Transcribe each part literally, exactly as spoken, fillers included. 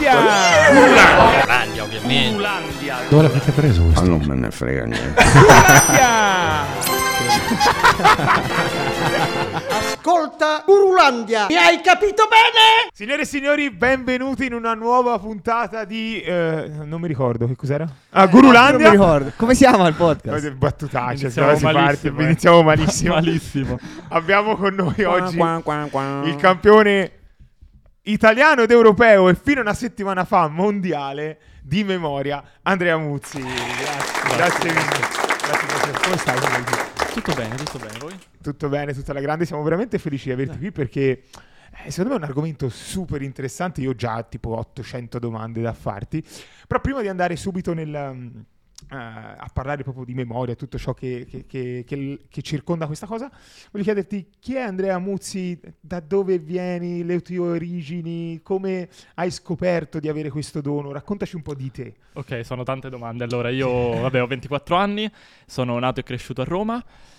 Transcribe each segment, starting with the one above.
Gurulandia! Gurulandia, ovviamente. Gurulandia. Dove l'avete preso questo? Ma non me ne frega niente. Gurulandia! Ascolta Gurulandia, mi hai capito bene? Signore e signori, benvenuti in una nuova puntata di eh, non mi ricordo che cos'era. Ah, Gurulandia. Non mi ricordo. Come si chiama il podcast? Battutaccia, Iniziamo si parte, malissimo, eh. iniziamo malissimo. Malissimo. Abbiamo con noi oggi il campione italiano ed europeo e fino a una settimana fa mondiale di memoria, Andrea Muzzi. Grazie, grazie mille. Grazie, grazie. Come stai? Come stai? Tutto bene, tutto bene, voi? Tutto bene, tutta la grande. Siamo veramente felici di averti qui perché eh, secondo me è un argomento super interessante. Io ho già tipo ottocento domande da farti, però prima di andare subito nel, um, uh, a parlare proprio di memoria, tutto ciò che, che, che, che, che circonda questa cosa, voglio chiederti chi è Andrea Muzzi, da dove vieni, le tue origini, come hai scoperto di avere questo dono, raccontaci un po' di te. Ok, sono tante domande. Allora, io vabbè, ho ventiquattro anni, sono nato e cresciuto a Roma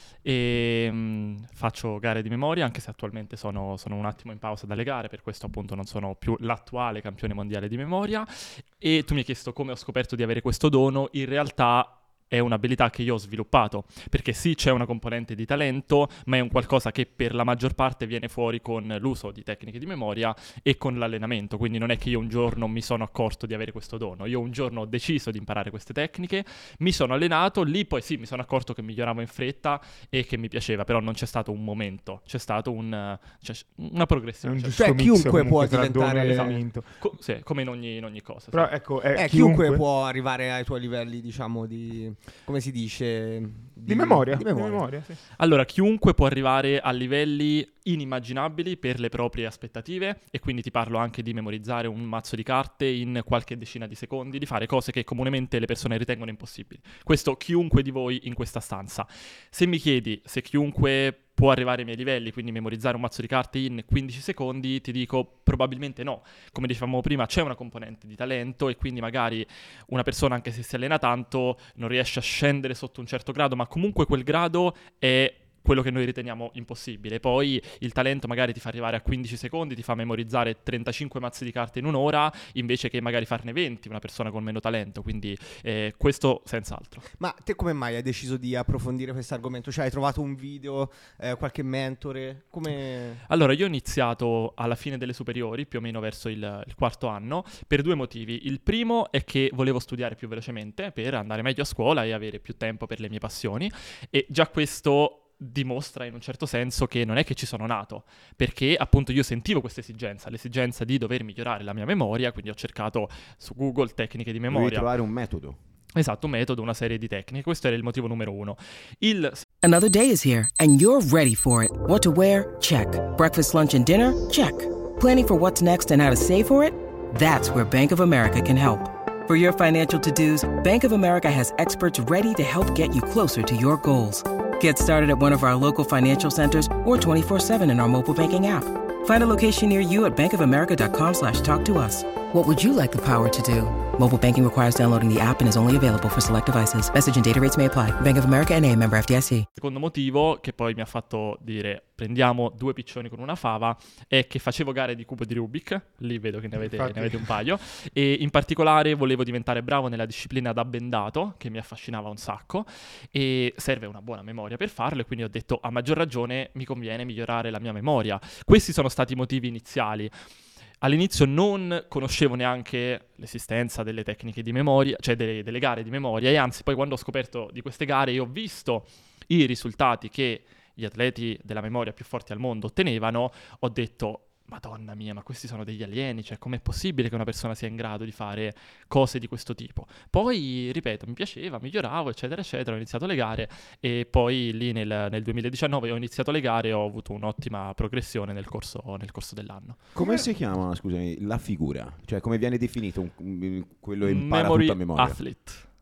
e mh, faccio gare di memoria, anche se attualmente sono, sono un attimo in pausa dalle gare, per questo appunto non sono più l'attuale campione mondiale di memoria. E tu mi hai chiesto come ho scoperto di avere questo dono. In realtà è un'abilità che io ho sviluppato, perché sì, c'è una componente di talento, ma è un qualcosa che per la maggior parte viene fuori con l'uso di tecniche di memoria e con l'allenamento. Quindi non è che io un giorno mi sono accorto di avere questo dono, io un giorno ho deciso di imparare queste tecniche, mi sono allenato, lì poi sì, mi sono accorto che miglioravo in fretta e che mi piaceva, però non c'è stato un momento, c'è stato un, cioè, una progressione. Un Cioè, giusto cioè, mix chiunque comunque può tra dono diventare- e allenamento. co- sì, come in ogni, in ogni cosa. Però sì. ecco, è Eh, chiunque può arrivare ai tuoi livelli, diciamo, di... come si dice? Di, Di memoria, Di di memoria. memoria, sì. Allora, chiunque può arrivare a livelli inimmaginabili per le proprie aspettative, e quindi ti parlo anche di memorizzare un mazzo di carte in qualche decina di secondi, di fare cose che comunemente le persone ritengono impossibili. Questo chiunque di voi in questa stanza. Se mi chiedi se chiunque può arrivare ai miei livelli, quindi memorizzare un mazzo di carte in quindici secondi, ti dico probabilmente no. Come dicevamo prima, c'è una componente di talento e quindi magari una persona, anche se si allena tanto, non riesce a scendere sotto un certo grado, ma comunque quel grado è quello che noi riteniamo impossibile. Poi il talento magari ti fa arrivare a quindici secondi, ti fa memorizzare trentacinque mazzi di carte in un'ora, invece che magari farne venti una persona con meno talento, quindi eh, questo senz'altro. Ma te come mai hai deciso di approfondire questo argomento? Cioè hai trovato un video, eh, qualche mentore? Come... Allora, io ho iniziato alla fine delle superiori, più o meno verso il, il quarto anno, per due motivi. Il primo è che volevo studiare più velocemente per andare meglio a scuola e avere più tempo per le mie passioni, e già questo dimostra in un certo senso che non è che ci sono nato, perché appunto io sentivo questa esigenza, l'esigenza di dover migliorare la mia memoria, quindi ho cercato su Google tecniche di Devi memoria. trovare un metodo. Esatto, un metodo, una serie di tecniche. Questo era il motivo numero uno. Il Another day is here, and you're ready for it. What to wear? Check. Breakfast, lunch, and dinner? Check. Planning for what's next and how to save for it? That's where Bank of America can help. For your financial to-dos, Bank of America has experts ready to help get you closer to your goals. Get started at one of our local financial centers or twenty-four seven in our mobile banking app. Find a location near you at bankofamerica.com slash talk to us. What would you like the power to do? Mobile banking requires downloading the app and is only available for select devices. Message and data rates may apply. Bank of America N A, member F D I C. secondo motivo, che poi mi ha fatto dire prendiamo due piccioni con una fava, è che facevo gare di cubo di Rubik, lì vedo che ne avete, Infatti. ne avete un paio, e in particolare volevo diventare bravo nella disciplina da bendato, che mi affascinava un sacco, e serve una buona memoria per farlo, e quindi ho detto a maggior ragione mi conviene migliorare la mia memoria. Questi sono stati i motivi iniziali. All'inizio non conoscevo neanche l'esistenza delle tecniche di memoria, cioè delle, delle gare di memoria, e anzi poi quando ho scoperto di queste gare e ho visto i risultati che gli atleti della memoria più forti al mondo ottenevano, ho detto Madonna mia, ma questi sono degli alieni, cioè com'è possibile che una persona sia in grado di fare cose di questo tipo? Poi, ripeto, mi piaceva, miglioravo, eccetera, eccetera, ho iniziato le gare e poi lì nel, nel duemiladiciannove ho iniziato le gare e ho avuto un'ottima progressione nel corso, nel corso dell'anno. Come si chiama, scusami, la figura? Cioè come viene definito un, un- quello che impara Memory tutta a memoria? athlete.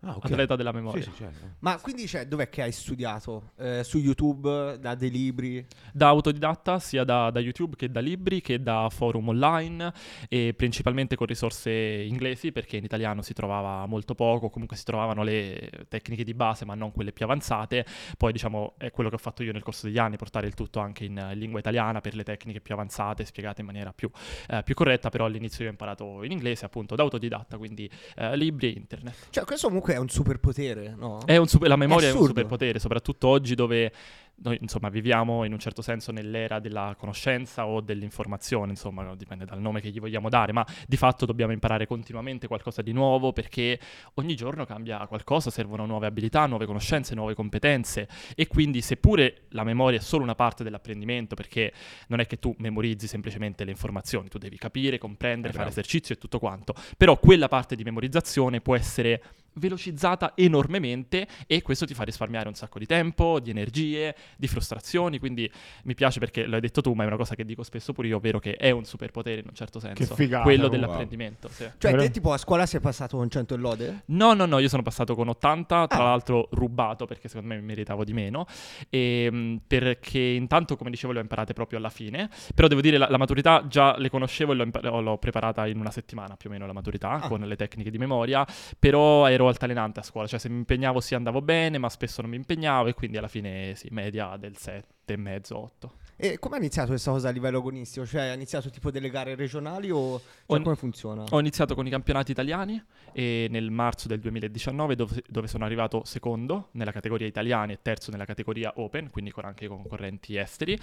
Ah, ok. atleta della memoria. Sì, sì, certo. Ma quindi cioè, dov'è che hai studiato? Eh, su YouTube, da dei libri? Da autodidatta, sia da, da YouTube che da libri che da forum online, e principalmente con risorse inglesi, perché in italiano si trovava molto poco, comunque si trovavano le tecniche di base ma non quelle più avanzate. Poi diciamo è quello che ho fatto io nel corso degli anni, portare il tutto anche in lingua italiana per le tecniche più avanzate, spiegate in maniera più, eh, più corretta, però all'inizio io ho imparato in inglese appunto da autodidatta, quindi eh, libri e internet. Cioè, questo comunque è un superpotere, no? È un super- la memoria è, un assurdo. superpotere, soprattutto oggi dove noi insomma viviamo in un certo senso nell'era della conoscenza o dell'informazione, insomma no, dipende dal nome che gli vogliamo dare, ma di fatto dobbiamo imparare continuamente qualcosa di nuovo, perché ogni giorno cambia qualcosa, servono nuove abilità, nuove conoscenze, nuove competenze, e quindi seppure la memoria è solo una parte dell'apprendimento, perché non è che tu memorizzi semplicemente le informazioni, tu devi capire, comprendere, Eh, fare bravo. esercizio e tutto quanto, però quella parte di memorizzazione può essere velocizzata enormemente, e questo ti fa risparmiare un sacco di tempo, di energie, di frustrazioni. Quindi mi piace perché l'hai detto tu, ma è una cosa che dico spesso pure io, ovvero che è un superpotere in un certo senso, figata, quello wow. dell'apprendimento, sì. Cioè, Vero? te tipo a scuola sei passato con cento e lode? No, no, no, io sono passato con ottanta, tra Ah. l'altro rubato perché secondo me mi meritavo di meno, e, mh, perché intanto, come dicevo, le ho imparate proprio alla fine, però devo dire la, la maturità già le conoscevo e l'ho, impa- l'ho preparata in una settimana più o meno la maturità, Ah. con le tecniche di memoria, però ero altalenante a scuola, cioè se mi impegnavo sì andavo bene, ma spesso non mi impegnavo, e quindi alla fine sì, media del sette e mezzo, otto. E come ha iniziato questa cosa a livello agonistico? Cioè, ha iniziato tipo delle gare regionali o cioè, Ho- come funziona? Ho iniziato con i campionati italiani e nel marzo del duemiladiciannove dove, dove sono arrivato secondo nella categoria italiani e terzo nella categoria Open, quindi con anche concorrenti esteri,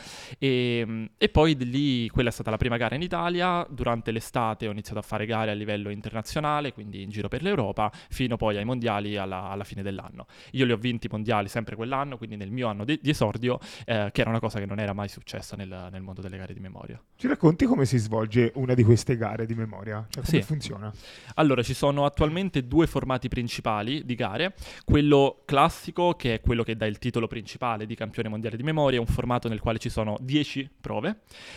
e, e poi di lì quella è stata la prima gara in Italia. Durante l'estate ho iniziato a fare gare a livello internazionale, quindi in giro per l'Europa, fino poi ai mondiali alla, alla fine dell'anno. Io li ho vinti i mondiali sempre quell'anno, quindi nel mio anno di, di esordio, eh, che era una cosa che non era mai successa nel, nel mondo delle gare di memoria. Ci racconti come si svolge una di queste gare di memoria? Cioè, come Sì. funziona? Allora, ci sono attualmente due formati principali di gare. Quello classico, che è quello che dà il titolo principale di campione mondiale di memoria, è un formato nel quale ci sono dieci prove,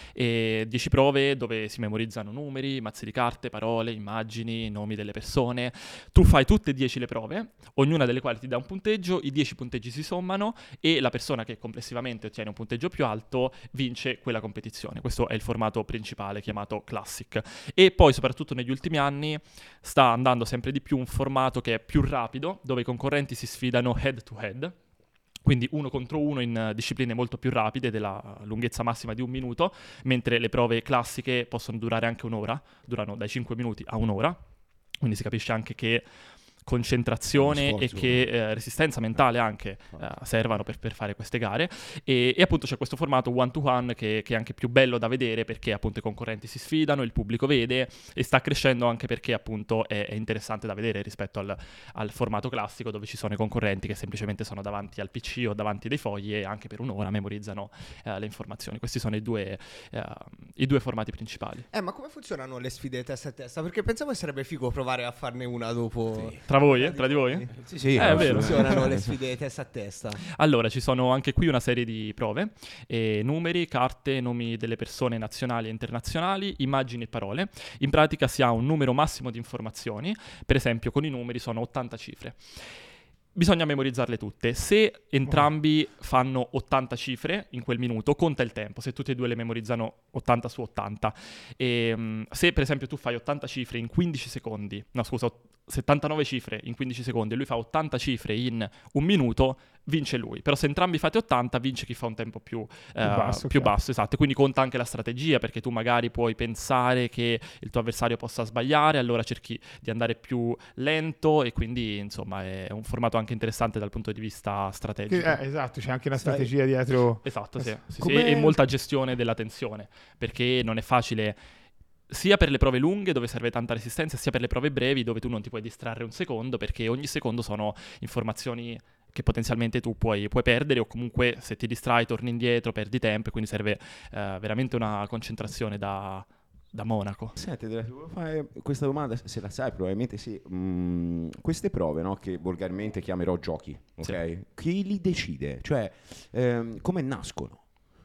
e dieci prove dove si memorizzano numeri, mazzi di carte, parole, immagini, nomi delle persone. Tu fai tutte e dieci le prove, ognuna delle quali ti dà un punteggio, i dieci punteggi si sommano e la persona che complessivamente ottiene un punteggio più alto vince quella competizione. Questo è il formato principale chiamato Classic. E poi soprattutto negli ultimi anni sta andando sempre di più un formato che è più rapido, dove i concorrenti si sfidano head to head, quindi uno contro uno in uh, discipline molto più rapide, della lunghezza massima di un minuto, mentre le prove classiche possono durare anche un'ora, durano dai cinque minuti a un'ora, quindi si capisce anche che concentrazione Uno e sforzo. che eh, resistenza mentale anche eh, servano per, per fare queste gare, e, e appunto c'è questo formato one to one che, che è anche più bello da vedere, perché appunto i concorrenti si sfidano, il pubblico vede, e sta crescendo anche perché appunto è, è interessante da vedere rispetto al, al formato classico, dove ci sono i concorrenti che semplicemente sono davanti al P C o davanti dei fogli e anche per un'ora memorizzano eh, le informazioni. Questi sono i due, eh, i due formati principali. Eh, ma come funzionano le sfide testa a testa? Perché pensavo che sarebbe figo provare a farne una dopo. Tra voi, eh? Tra di voi? Sì, sì, Eh, è Come vero. funzionano le sfide testa a testa? Allora, ci sono anche qui una serie di prove, eh, numeri, carte, nomi delle persone nazionali e internazionali, immagini e parole. In pratica si ha un numero massimo di informazioni, per esempio con i numeri sono ottanta cifre. Bisogna memorizzarle tutte. Se entrambi fanno ottanta cifre in quel minuto, conta il tempo. Se tutti e due le memorizzano ottanta su ottanta. E, um, se per esempio tu fai ottanta cifre in quindici secondi, no scusa, settantanove cifre in quindici secondi e lui fa ottanta cifre in un minuto, vince lui. Però se entrambi fate ottanta, vince chi fa un tempo più, eh, basso, più chiaro. basso, esatto. E quindi conta anche la strategia, perché tu magari puoi pensare che il tuo avversario possa sbagliare, allora cerchi di andare più lento, e quindi insomma è un formato anche interessante dal punto di vista strategico. Che- eh, esatto, c'è anche una Sai- strategia dietro. Esatto, sì, sì, sì, Com'è- e molta gestione della tensione, perché non è facile sia per le prove lunghe dove serve tanta resistenza, sia per le prove brevi dove tu non ti puoi distrarre un secondo, perché ogni secondo sono informazioni che potenzialmente tu puoi, puoi perdere, o comunque se ti distrai torni indietro, perdi tempo, e quindi serve eh, veramente una concentrazione da, da monaco. Senti, ti volevo fare questa domanda, se la sai probabilmente sì. Mm, queste prove, no, che volgarmente chiamerò giochi, ok? Sì. Chi li decide? Cioè, ehm, come nascono?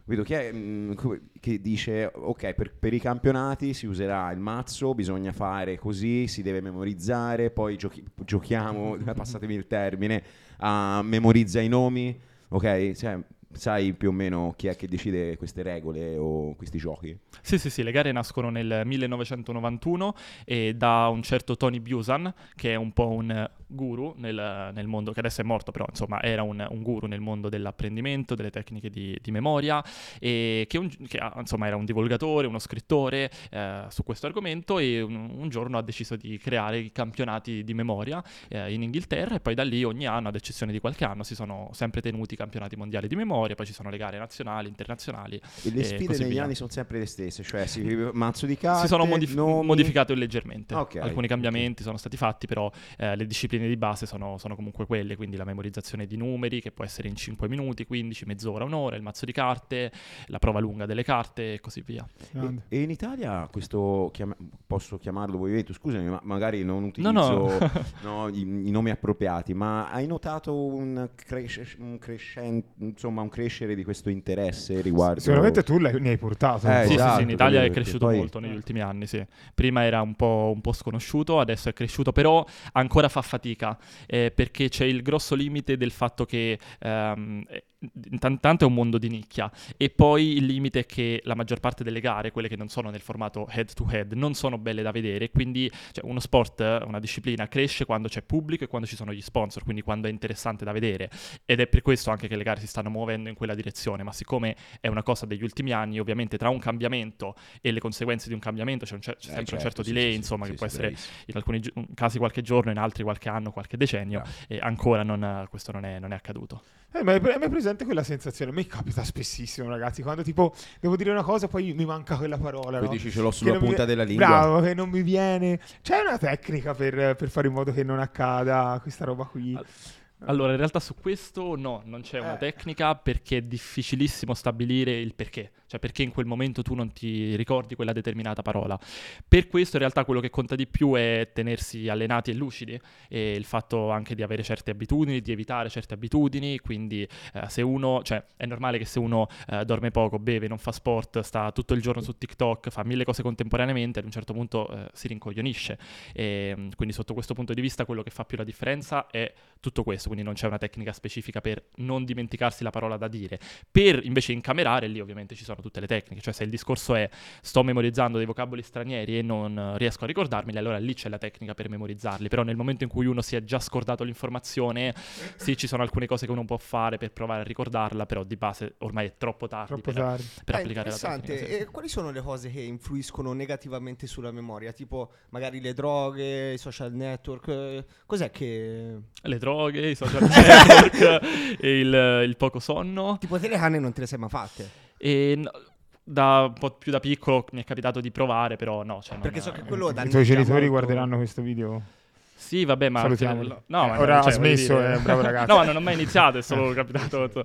Vedo che, è, mh, come- che dice, ok, per, per i campionati si userà il mazzo, bisogna fare così, si deve memorizzare, poi giochi- giochiamo, passatemi il termine, a memorizza i nomi, ok? Cioè, sai più o meno chi è che decide queste regole o questi giochi? Sì, sì, sì, le gare nascono nel millenovecentonovantuno e da un certo Tony Busan, che è un po' un guru nel, nel mondo, che adesso è morto, però insomma era un, un guru nel mondo dell'apprendimento, delle tecniche di, di memoria, e che, un- che, ah, insomma era un divulgatore, uno scrittore eh, su questo argomento, e un, un giorno ha deciso di creare i campionati di memoria eh, in Inghilterra, e poi da lì ogni anno, ad eccezione di qualche anno, si sono sempre tenuti i campionati mondiali di memoria, poi ci sono le gare nazionali, internazionali. E le e sfide così negli via. anni sono sempre le stesse, cioè si, mazzo di carte, Si sono modif- nomi. modificate leggermente. Ok, Alcuni ok. cambiamenti sono stati fatti, però eh, le discipline di base sono, sono comunque quelle, quindi la memorizzazione di numeri, che può essere in cinque minuti, quindici, mezz'ora, un'ora, il mazzo di carte, la prova lunga delle carte e così via. Grande. E, e in Italia questo, chiama- posso chiamarlo movimento, scusami, ma magari non No, utilizzo no. no, i, i nomi appropriati, ma hai notato un, cresce- un crescen- insomma, un crescere di questo interesse riguardo... Sicuramente tu l'hai- ne hai portato. Eh, un po'. Sì, sì, esatto, sì, in Italia è perché cresciuto poi- molto negli ultimi anni, sì. Prima era un po', un po' sconosciuto, adesso è cresciuto, però ancora fa fatica, eh, perché c'è il grosso limite del fatto che ehm, eh, intan- tanto è un mondo di nicchia, e poi il limite è che la maggior parte delle gare, quelle che non sono nel formato head to head, non sono belle da vedere, quindi cioè, uno sport, una disciplina cresce quando c'è pubblico e quando ci sono gli sponsor, quindi quando è interessante da vedere, ed è per questo anche che le gare si stanno muovendo in quella direzione, ma siccome è una cosa degli ultimi anni, ovviamente tra un cambiamento e le conseguenze di un cambiamento c'è, un cer- c'è Eh, sempre un certo, certo sì, delay, sì, insomma, sì, che sì, può sì, essere bravissimo. in alcuni gi- casi qualche giorno, in altri qualche anno, qualche decennio, Bravo. e ancora non, questo non è, non è accaduto. Eh, ma hai pre- hai mai presente quella sensazione? A me capita spessissimo, ragazzi, quando tipo devo dire una cosa poi mi manca quella parola, Poi no? dici ce l'ho Che sulla non mi punta vie- della lingua. Bravo, che non mi viene. C'è una tecnica per, per fare in modo che non accada questa roba qui? Al- Allora, in realtà su questo no, non c'è una Eh. tecnica, perché è difficilissimo stabilire il perché, cioè perché in quel momento tu non ti ricordi quella determinata parola. Per questo in realtà quello che conta di più è tenersi allenati e lucidi, e il fatto anche di avere certe abitudini, di evitare certe abitudini, quindi eh, se uno, cioè è normale che se uno eh, dorme poco, beve, non fa sport, sta tutto il giorno su TikTok, fa mille cose contemporaneamente, ad un certo punto eh, si rincoglionisce, e mm, quindi sotto questo punto di vista quello che fa più la differenza è tutto questo, quindi non c'è una tecnica specifica per non dimenticarsi la parola da dire. Per invece incamerare, lì ovviamente ci sono tutte le tecniche, cioè se il discorso è sto memorizzando dei vocaboli stranieri e non eh, riesco a ricordarmeli, allora lì c'è la tecnica per memorizzarli, però nel momento in cui uno si è già scordato l'informazione, sì, ci sono alcune cose che uno può fare per provare a ricordarla, però di base ormai è troppo tardi Troppo per, tardi. per Ah, applicare la interessante. tecnica. sì. E quali sono le cose che influiscono negativamente sulla memoria? Tipo magari le droghe, i social network. eh, Cos'è che... Le droghe, i social network e il, il poco sonno. Tipo te le canne non te le sei mai fatte? E no, da un po' più da piccolo mi è capitato di provare, però no. Cioè non- Perché so che quello I danneggia tuoi genitori molto. guarderanno questo video? Sì, vabbè, ma... Salutiamoli. No, Eh, ma ora non- cioè, ha voglio smesso, dire- è un bravo ragazzo. No, ma non ho mai iniziato, è solo capitato. insomma.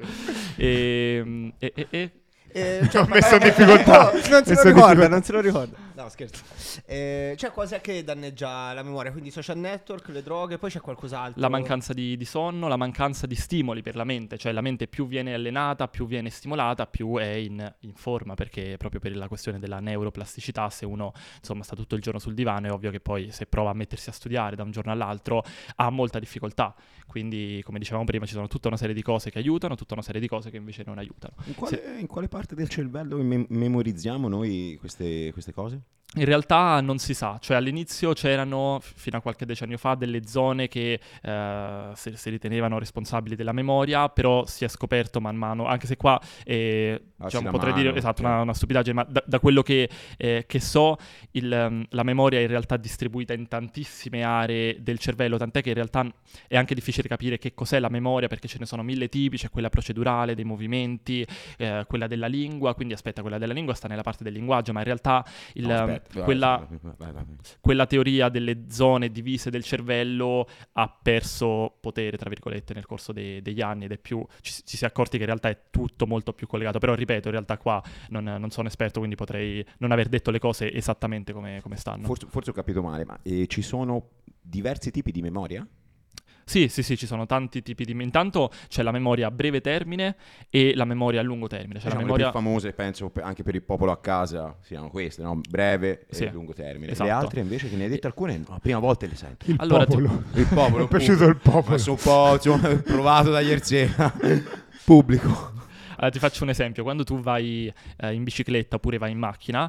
E, e, e, e- Eh, Ho messo in difficoltà. No, non se Messo lo in ricorda, difficoltà. non se lo ricorda. No, scherzo. Eh, c'è cosa che danneggia la memoria? Quindi social network, le droghe, poi c'è qualcos'altro. la mancanza di, di sonno, la mancanza di stimoli per la mente, cioè la mente più viene allenata, più viene stimolata, più è in, in forma, perché proprio per la questione della neuroplasticità, se uno insomma sta tutto il giorno sul divano, è ovvio che poi se prova a mettersi a studiare da un giorno all'altro ha molta difficoltà, quindi come dicevamo prima ci sono tutta una serie di cose che aiutano, tutta una serie di cose che invece non aiutano. In quale, in quale parte del cervello mem- memorizziamo noi queste, queste cose? In realtà non si sa, cioè all'inizio c'erano, f- fino a qualche decennio fa, delle zone che eh, si, si ritenevano responsabili della memoria, però si è scoperto man mano, anche se qua eh, Alzi diciamo, la potrei mano, dire, esatto, ok. una, una stupidaggine, ma da, da quello che, eh, che so, il, ehm, la memoria è in realtà distribuita in tantissime aree del cervello, tant'è che in realtà è anche difficile capire che cos'è la memoria, perché ce ne sono mille tipi, c'è quella procedurale, dei movimenti, eh, quella della lingua, quindi aspetta, quella della lingua sta nella parte del linguaggio, ma in realtà il, No, ehm, aspetta, vai, quella, vai, vai, vai. quella teoria delle zone divise del cervello ha perso potere, tra virgolette, nel corso dei- degli anni, ed è più, ci, ci si è accorti che in realtà è tutto molto più collegato, però ripeto, in realtà qua non, non sono esperto, quindi potrei non aver detto le cose esattamente come, come stanno. Forse, forse ho capito male, ma eh, ci sono diversi tipi di memoria? Sì, sì, sì, ci sono tanti tipi di... Intanto c'è la memoria a breve termine e la memoria a lungo termine. Cioè Diciamo, la memoria... le più famose, penso, pe- anche per il popolo a casa, siano queste, no? Breve Sì, e lungo termine. esatto. Le altre invece, che ne hai dette alcune, no, la prima volta le sento. Il Allora, ti- popolo. Il popolo. Mi è piaciuto il popolo. Ma sono un po', insomma, provato da ieri sera. Pubblico. Allora, ti faccio un esempio. Quando tu vai eh, in bicicletta oppure vai in macchina,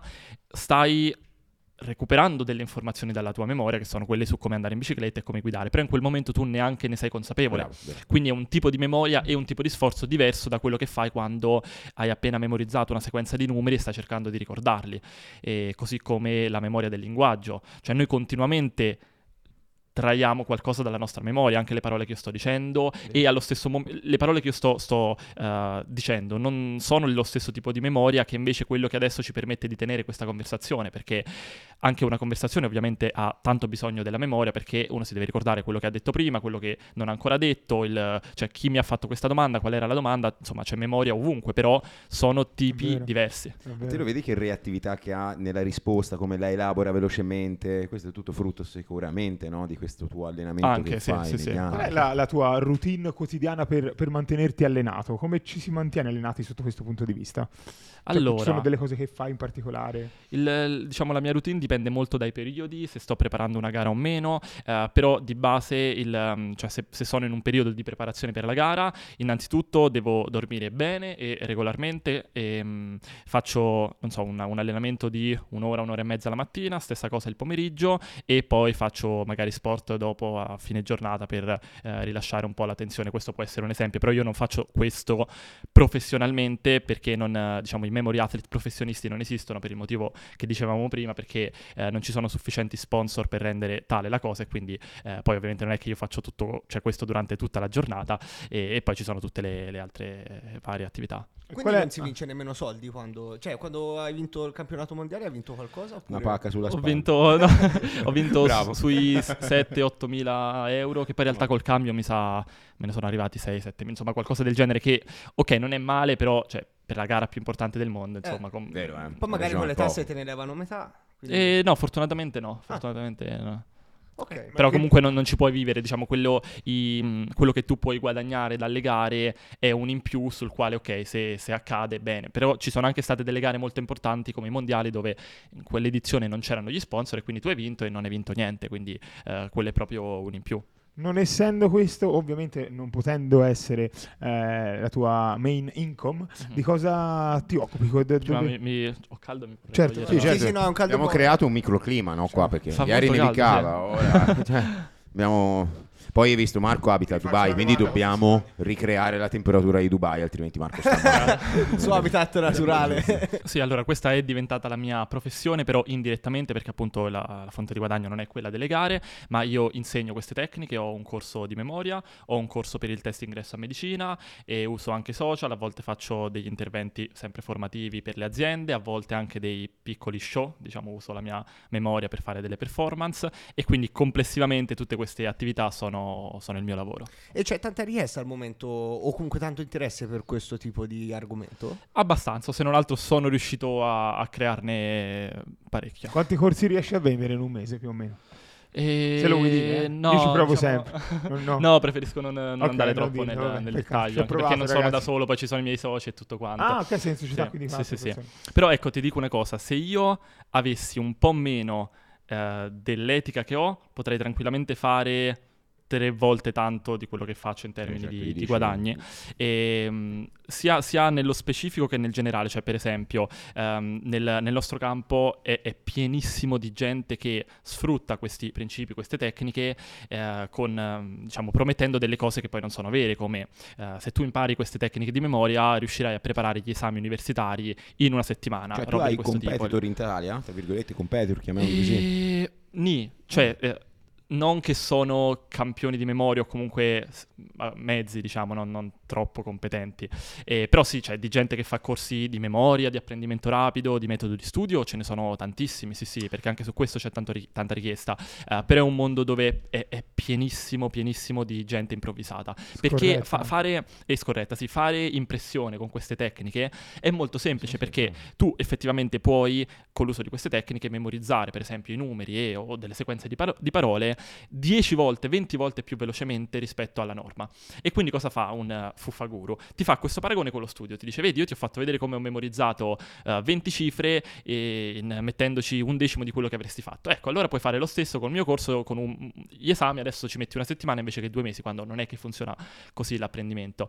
stai recuperando delle informazioni dalla tua memoria, che sono quelle su come andare in bicicletta e come guidare, però in quel momento tu neanche ne sei consapevole. Bravo, bravo. Quindi è un tipo di memoria e un tipo di sforzo diverso da quello che fai quando hai appena memorizzato una sequenza di numeri e stai cercando di ricordarli. E così come la memoria del linguaggio. Cioè noi continuamente traiamo qualcosa dalla nostra memoria, anche le parole che io sto dicendo, e allo stesso momento le parole che io sto, sto uh, dicendo non sono lo stesso tipo di memoria che invece quello che adesso ci permette di tenere questa conversazione, perché anche una conversazione ovviamente ha tanto bisogno della memoria, perché uno si deve ricordare quello che ha detto prima, quello che non ha ancora detto, il, cioè chi mi ha fatto questa domanda, qual era la domanda, insomma c'è memoria ovunque, però sono tipi vero. diversi. È vero. Te lo vedi che reattività che ha nella risposta, come la elabora velocemente? Questo è tutto frutto sicuramente, no? Di questo tuo allenamento Anche, che sì, fai sì, negli sì. anni. Qual è la, la tua routine quotidiana per, per mantenerti allenato? Come ci si mantiene allenati sotto questo punto di vista? Cioè, Allora, ci sono delle cose che fai in particolare? Il, diciamo, la mia routine dipende molto dai periodi, se sto preparando una gara o meno, eh, però di base, il, um, cioè se, se sono in un periodo di preparazione per la gara, innanzitutto devo dormire bene e regolarmente, e, um, faccio, non so, una, un allenamento di un'ora, un'ora e mezza la mattina, stessa cosa il pomeriggio, e poi faccio magari sport dopo a fine giornata per eh, rilasciare un po' la tensione. Questo può essere un esempio, però io non faccio questo professionalmente perché non, eh, diciamo, i memory athlete professionisti non esistono, per il motivo che dicevamo prima, perché eh, non ci sono sufficienti sponsor per rendere tale la cosa, e quindi eh, poi ovviamente non è che io faccio tutto, cioè questo durante tutta la giornata, e, e poi ci sono tutte le, le altre eh, varie attività. Quindi Qual è- non si vince nemmeno soldi quando... Cioè, quando hai vinto il campionato mondiale hai vinto qualcosa? Oppure... Una pacca sulla Ho spalla. vinto, no, ho vinto Bravo. su- sui sette otto mila euro, che poi in realtà col cambio mi sa me ne sono arrivati sei sette mila, insomma qualcosa del genere, che ok non è male, però cioè per la gara più importante del mondo, insomma. Eh, com- Vero, eh. Poi magari Ragione, con le tasse poco. te ne levano metà. quindi- Eh, no, fortunatamente no, fortunatamente no. Ok. Ma Però che- comunque non, non ci puoi vivere, diciamo, quello, i, mh, quello che tu puoi guadagnare dalle gare è un in più sul quale, ok, se, se accade, bene. Però ci sono anche state delle gare molto importanti come i mondiali, dove in quell'edizione non c'erano gli sponsor e quindi tu hai vinto e non hai vinto niente, quindi eh, quello è proprio un in più. Non essendo questo, ovviamente non potendo essere eh, la tua main income, di cosa ti occupi? Co- de- Cioè, dove- mi, mi- ho caldo, mi vorrei Certo, togliere Sì, la- certo. sì, no, è un caldo Abbiamo buono. creato un microclima, no, qua, perché Fa ieri molto nevicava, caldo, ora cioè, abbiamo... Poi hai visto, Marco abita a Ti Dubai, faccio quindi una domanda. dobbiamo ricreare la temperatura di Dubai, altrimenti Marco sta male. Il suo habitat naturale. Sì, allora questa è diventata la mia professione, però indirettamente, perché appunto la, la fonte di guadagno non è quella delle gare, ma io insegno queste tecniche, ho un corso di memoria, ho un corso per il test ingresso a medicina e uso anche social, a volte faccio degli interventi sempre formativi per le aziende, a volte anche dei piccoli show, diciamo uso la mia memoria per fare delle performance, e quindi complessivamente tutte queste attività sono, sono il mio lavoro. E c'è tanta richiesta al momento, o comunque tanto interesse per questo tipo di argomento? Abbastanza, se non altro sono riuscito a, a crearne parecchio. Quanti corsi riesci a vendere in un mese più o meno? E... Se lo vuoi dire, eh? no, Io ci provo diciamo- sempre. Non- no. no, preferisco non, non Ok, andare non troppo dirlo, nel, vabbè, nel peccato. dettaglio, Ci ho anche perché provato, non sono da ragazzi. solo, poi ci sono i miei soci e tutto quanto. Ah, ok, sei in società, Sì, quindi sì, fate sì, sì. persone. Però ecco, ti dico una cosa, se io avessi un po' meno eh, dell'etica che ho, potrei tranquillamente fare tre volte tanto di quello che faccio in termini certo, di, gli di dici- guadagni, e, mh, sia, sia nello specifico che nel generale. Cioè per esempio ehm, nel, nel nostro campo è, è pienissimo di gente che sfrutta questi principi, queste tecniche eh, con, ehm, diciamo, promettendo delle cose che poi non sono vere, come eh, se tu impari queste tecniche di memoria riuscirai a preparare gli esami universitari in una settimana, Cioè tu roba hai di questo competitor tipo. in Italia? Tra virgolette competitor, chiamiamoli così. E... Ni, cioè eh, non che sono campioni di memoria o comunque s- mezzi, diciamo, non, non troppo competenti. Eh, però sì, c'è di gente che fa corsi di memoria, di apprendimento rapido, di metodo di studio, ce ne sono tantissimi, sì sì, perché anche su questo c'è tanto ri- tanta richiesta, uh, però è un mondo dove è, è pienissimo, pienissimo di gente improvvisata, perché fa- fare, è scorretta, sì, fare impressione con queste tecniche è molto semplice, sì, perché sì, sì. tu effettivamente puoi, con l'uso di queste tecniche, memorizzare per esempio i numeri e, o delle sequenze di, paro- di parole dieci volte, venti volte più velocemente rispetto alla norma. E quindi cosa fa un Fuffaguru? Ti fa questo paragone con lo studio, ti dice: vedi, io ti ho fatto vedere come ho memorizzato uh, venti cifre e in, mettendoci un decimo di quello che avresti fatto. Ecco, allora puoi fare lo stesso col mio corso, con un, gli esami adesso ci metti una settimana invece che due mesi, quando non è che funziona così l'apprendimento.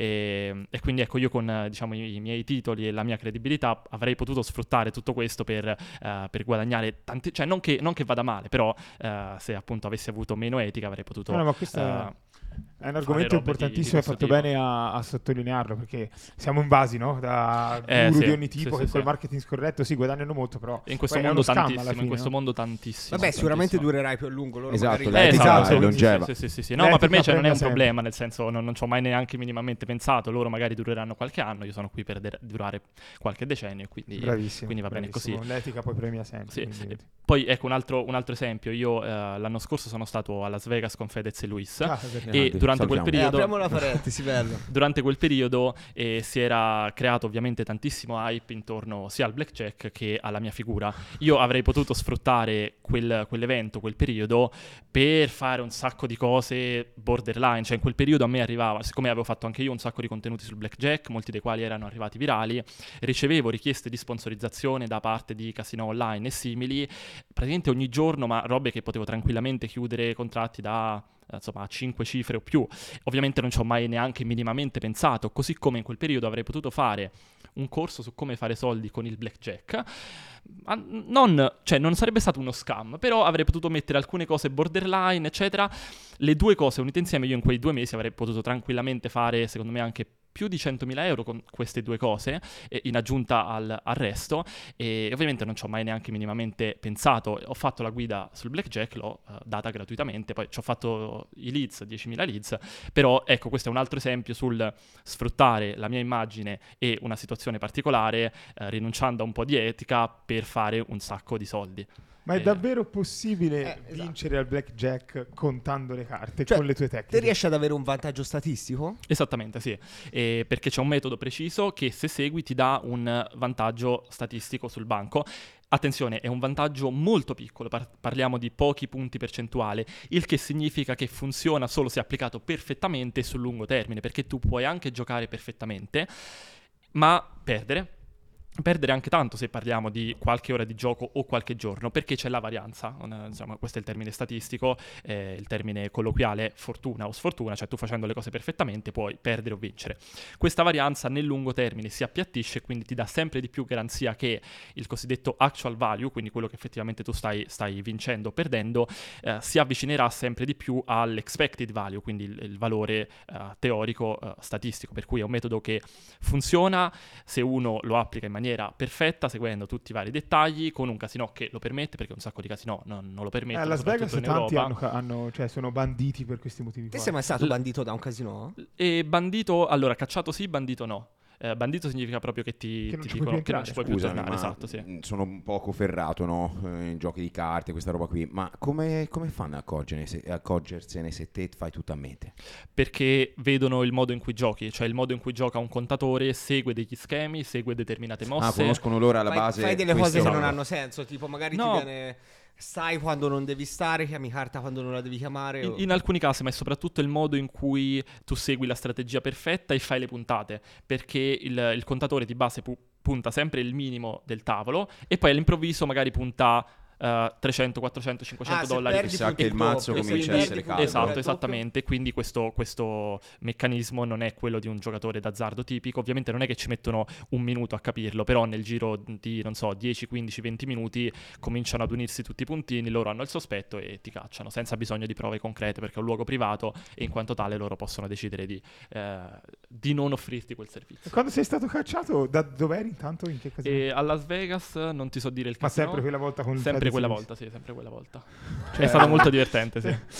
E, e quindi ecco, io con diciamo i, i miei titoli e la mia credibilità avrei potuto sfruttare tutto questo per, uh, per guadagnare tanti, cioè non che, non che vada male, però uh, se appunto avessi avuto meno etica avrei potuto... No, no, ma questa... Uh, è un argomento importantissimo, hai fatto tipo. bene a, a sottolinearlo, perché siamo invasi, no? Da eh, guru sì, di ogni tipo sì, che sì, col sì. marketing scorretto si guadagnano molto, però in questo mondo tantissimo, fine, in questo no? mondo tantissimo. Vabbè, sicuramente tantissimo. durerai più a lungo, loro esatto, magari... eh, esatto, è longeva. Sì, sì, sì, sì. No, ma per me cioè, non è un sempre. problema, nel senso non, non ci ho mai neanche minimamente pensato, loro magari dureranno qualche anno, io sono qui per de- durare qualche decennio, quindi, quindi va bene così. L'etica poi premia sempre. Sì. Quindi... Poi ecco un altro, un altro esempio, io eh, l'anno scorso sono stato a Las Vegas con Fedez e Luis ah, e durante quel periodo... Eh, apriamo la parentesi, bello. Durante quel periodo eh, si era creato ovviamente tantissimo hype intorno sia al blackjack che alla mia figura. Io avrei potuto sfruttare quel, quell'evento, quel periodo, per fare un sacco di cose borderline. Cioè in quel periodo a me arrivava, siccome avevo fatto anche io un sacco di contenuti sul blackjack, molti dei quali erano arrivati virali, ricevevo richieste di sponsorizzazione da parte di casino online e simili, praticamente ogni giorno, ma robe che potevo tranquillamente chiudere contratti da... insomma cinque cifre o più. Ovviamente non ci ho mai neanche minimamente pensato, così come in quel periodo avrei potuto fare un corso su come fare soldi con il blackjack. Non, cioè non sarebbe stato uno scam, però avrei potuto mettere alcune cose borderline eccetera. Le due cose unite insieme, io in quei due mesi avrei potuto tranquillamente fare, secondo me, anche più di centomila euro con queste due cose, eh, in aggiunta al, al resto, e ovviamente non ci ho mai neanche minimamente pensato. Ho fatto la guida sul blackjack, l'ho uh, data gratuitamente, poi ci ho fatto i leads, diecimila leads, però ecco, questo è un altro esempio sul sfruttare la mia immagine e una situazione particolare, eh, rinunciando a un po' di etica per fare un sacco di soldi. Ma è eh. davvero possibile eh, esatto. vincere al blackjack contando le carte, cioè, con le tue tecniche? Te riesci ad avere un vantaggio statistico? Esattamente, sì, eh, perché c'è un metodo preciso che se segui ti dà un vantaggio statistico sul banco. Attenzione, è un vantaggio molto piccolo, par- parliamo di pochi punti percentuali, il che significa che funziona solo se applicato perfettamente sul lungo termine, perché tu puoi anche giocare perfettamente, ma perdere. Perdere anche tanto se parliamo di qualche ora di gioco o qualche giorno, perché c'è la varianza, una, insomma, questo è il termine statistico, eh, il termine colloquiale fortuna o sfortuna, cioè tu facendo le cose perfettamente puoi perdere o vincere. Questa varianza nel lungo termine si appiattisce, quindi ti dà sempre di più garanzia che il cosiddetto actual value, quindi quello che effettivamente tu stai, stai vincendo o perdendo, eh, si avvicinerà sempre di più all'expected value, quindi il, il valore eh, teorico eh, statistico, per cui è un metodo che funziona se uno lo applica in maniera perfetta, seguendo tutti i vari dettagli, con un casino che lo permette, perché un sacco di casino non, non lo permettono. A Las Vegas in tanti Europa. hanno, hanno, cioè sono banditi per questi motivi. Te sei mai stato bandito da un casino? E bandito, allora, cacciato sì, bandito no. Eh, bandito significa proprio che ti, che non ti ci dicono puoi che non ci puoi Scusami, più tornare, ma esatto, sì. Sono un poco ferrato, no? Eh, in giochi di carte, questa roba qui. Ma come, come fanno a se, accorgersene se te fai tutto a mente? Perché vedono il modo in cui giochi, cioè il modo in cui gioca un contatore, segue degli schemi, segue determinate mosse. Ah, conoscono loro alla fai, base. Fai delle cose che esatto. non hanno senso, tipo magari no. ti viene... Stai quando non devi stare, chiami carta quando non la devi chiamare. In, o... in alcuni casi, ma è soprattutto il modo in cui tu segui la strategia perfetta e fai le puntate, perché il, il contatore di base pu- punta sempre il minimo del tavolo e poi all'improvviso magari punta uh, trecento, quattrocento, cinquecento ah, dollari. Perdi, sa che il mazzo doppio, comincia a essere caldo. Esatto, esattamente. Quindi questo, questo meccanismo non è quello di un giocatore d'azzardo tipico. Ovviamente non è che ci mettono un minuto a capirlo, però nel giro di, non so, dieci, quindici, venti minuti cominciano ad unirsi tutti i puntini, loro hanno il sospetto e ti cacciano, senza bisogno di prove concrete, perché è un luogo privato e in quanto tale loro possono decidere di, eh, di non offrirti quel servizio. E quando sei stato cacciato, da dov'eri intanto? In che casino? E a Las Vegas non ti so dire il Ma casino. sempre quella volta con il Sempre Fedez quella Luis. volta, sì, sempre quella volta. Cioè... È stato molto divertente, sì.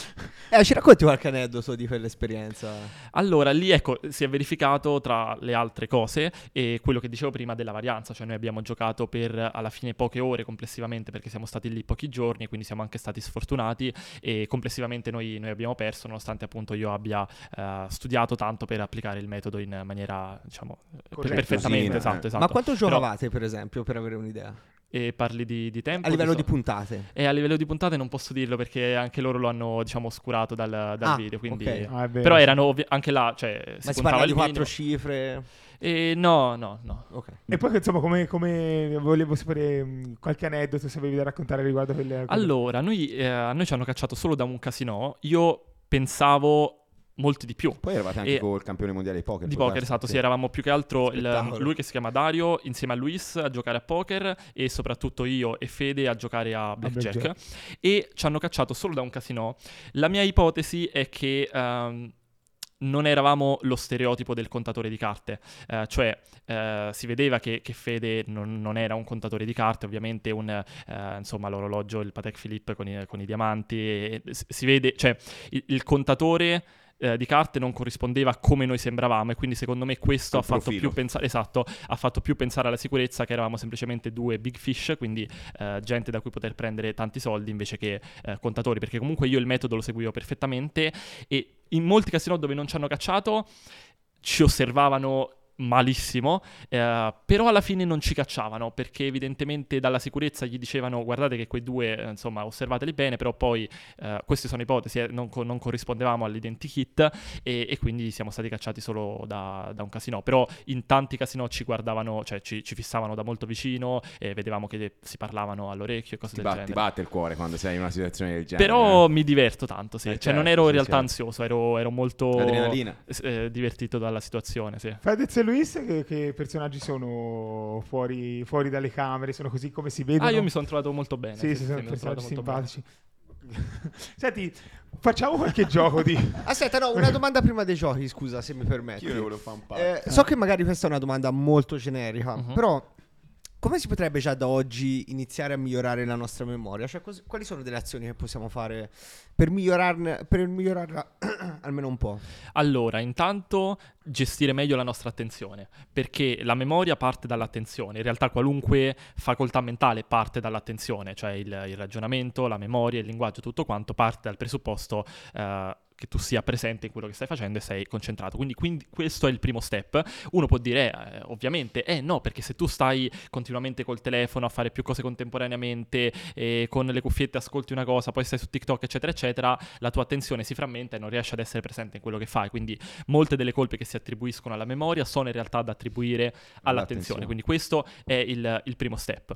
Eh, ci racconti qualche aneddoto di quell'esperienza? Allora, lì ecco, si è verificato tra le altre cose e quello che dicevo prima della varianza, cioè noi abbiamo giocato per alla fine poche ore complessivamente perché siamo stati lì pochi giorni, quindi siamo anche stati sfortunati e complessivamente noi, noi abbiamo perso, nonostante appunto io abbia uh, studiato tanto per applicare il metodo in maniera, diciamo, Corretto, perfettamente, sì, esatto, eh. esatto. Ma quanto Però- giocavate, per esempio, per avere un'idea? E parli di, di tempo? A livello di so- puntate? E a livello di puntate non posso dirlo perché anche loro lo hanno, diciamo, oscurato dal, dal Ah, video, quindi... ok. Ah, è vero, Però sì. erano ovvi- anche là, cioè, si Ma si puntava parla al di quattro minimo. cifre? E no, no, no. Ok. E poi insomma come, come volevo sapere mh, qualche aneddoto se avevi da raccontare riguardo quelle... Allora, noi, eh, a noi ci hanno cacciato solo da un casino. Io pensavo molti di più. Poi eravate anche E- col campione mondiale di poker. Di può poker, darsi? esatto, sì, eravamo più che altro il- Spettacolo. lui che si chiama Dario insieme a Luis a giocare a poker e soprattutto io e Fede a giocare a blackjack, blackjack. e ci hanno cacciato solo da un casino. La mia ipotesi è che ehm, non eravamo lo stereotipo del contatore di carte, eh, cioè eh, si vedeva che, che Fede non, non era un contatore di carte, ovviamente un, eh, insomma, l'orologio, il Patek Philippe con i, con i diamanti, e si si vede, cioè il, il contatore eh, di carte non corrispondeva come noi sembravamo, e quindi secondo me questo Al ha fatto profilo. più pensare, esatto, ha fatto più pensare alla sicurezza, che eravamo semplicemente due big fish, quindi eh, gente da cui poter prendere tanti soldi invece che eh, contatori, perché comunque io il metodo lo seguivo perfettamente e in molti casino dove non ci hanno cacciato ci osservavano malissimo, eh, però alla fine non ci cacciavano perché evidentemente dalla sicurezza gli dicevano guardate che quei due, eh, insomma, osservateli bene, però poi eh, queste sono ipotesi, eh, non, co- non corrispondevamo all'identikit e, e quindi siamo stati cacciati solo da, da un casino, però in tanti casino ci guardavano, cioè ci, ci fissavano da molto vicino e vedevamo che si parlavano all'orecchio e cose Ti, del bat- ti genere. batte il cuore quando sei in una situazione del genere. Però eh. mi diverto tanto, sì. Eh, Cioè non certo, ero in sì, realtà certo. ansioso, ero, ero molto L'adrenalina. eh, divertito dalla situazione, sì. Fedez e Luis, che, che personaggi sono fuori, fuori dalle camere, sono così come si vedono? Ah, io mi sono trovato molto bene. Sì, sì, sono mi sono personaggi trovato molto simpatici. Senti, facciamo qualche gioco di... Aspetta, no, una domanda prima dei giochi, scusa, se mi permetti. Io ne volevo fare un paio. Eh, so che magari questa è una domanda molto generica, Mhm. però come si potrebbe già da oggi iniziare a migliorare la nostra memoria? Cioè, cos- quali sono delle azioni che possiamo fare per migliorarne, per migliorarla almeno un po'? Allora, intanto gestire meglio la nostra attenzione, perché la memoria parte dall'attenzione, in realtà qualunque facoltà mentale parte dall'attenzione, cioè il, il ragionamento, la memoria, il linguaggio, tutto quanto parte dal presupposto eh, che tu sia presente in quello che stai facendo e sei concentrato. Quindi, quindi questo è il primo step. Uno può dire, eh, ovviamente, eh no, perché se tu stai continuamente col telefono a fare più cose contemporaneamente e con le cuffiette ascolti una cosa, poi stai su TikTok, eccetera, eccetera, la tua attenzione si frammenta e non riesci ad essere presente in quello che fai. Quindi molte delle colpe che si attribuiscono alla memoria sono in realtà da attribuire all'attenzione. All'attenzione. Quindi questo è il, il primo step.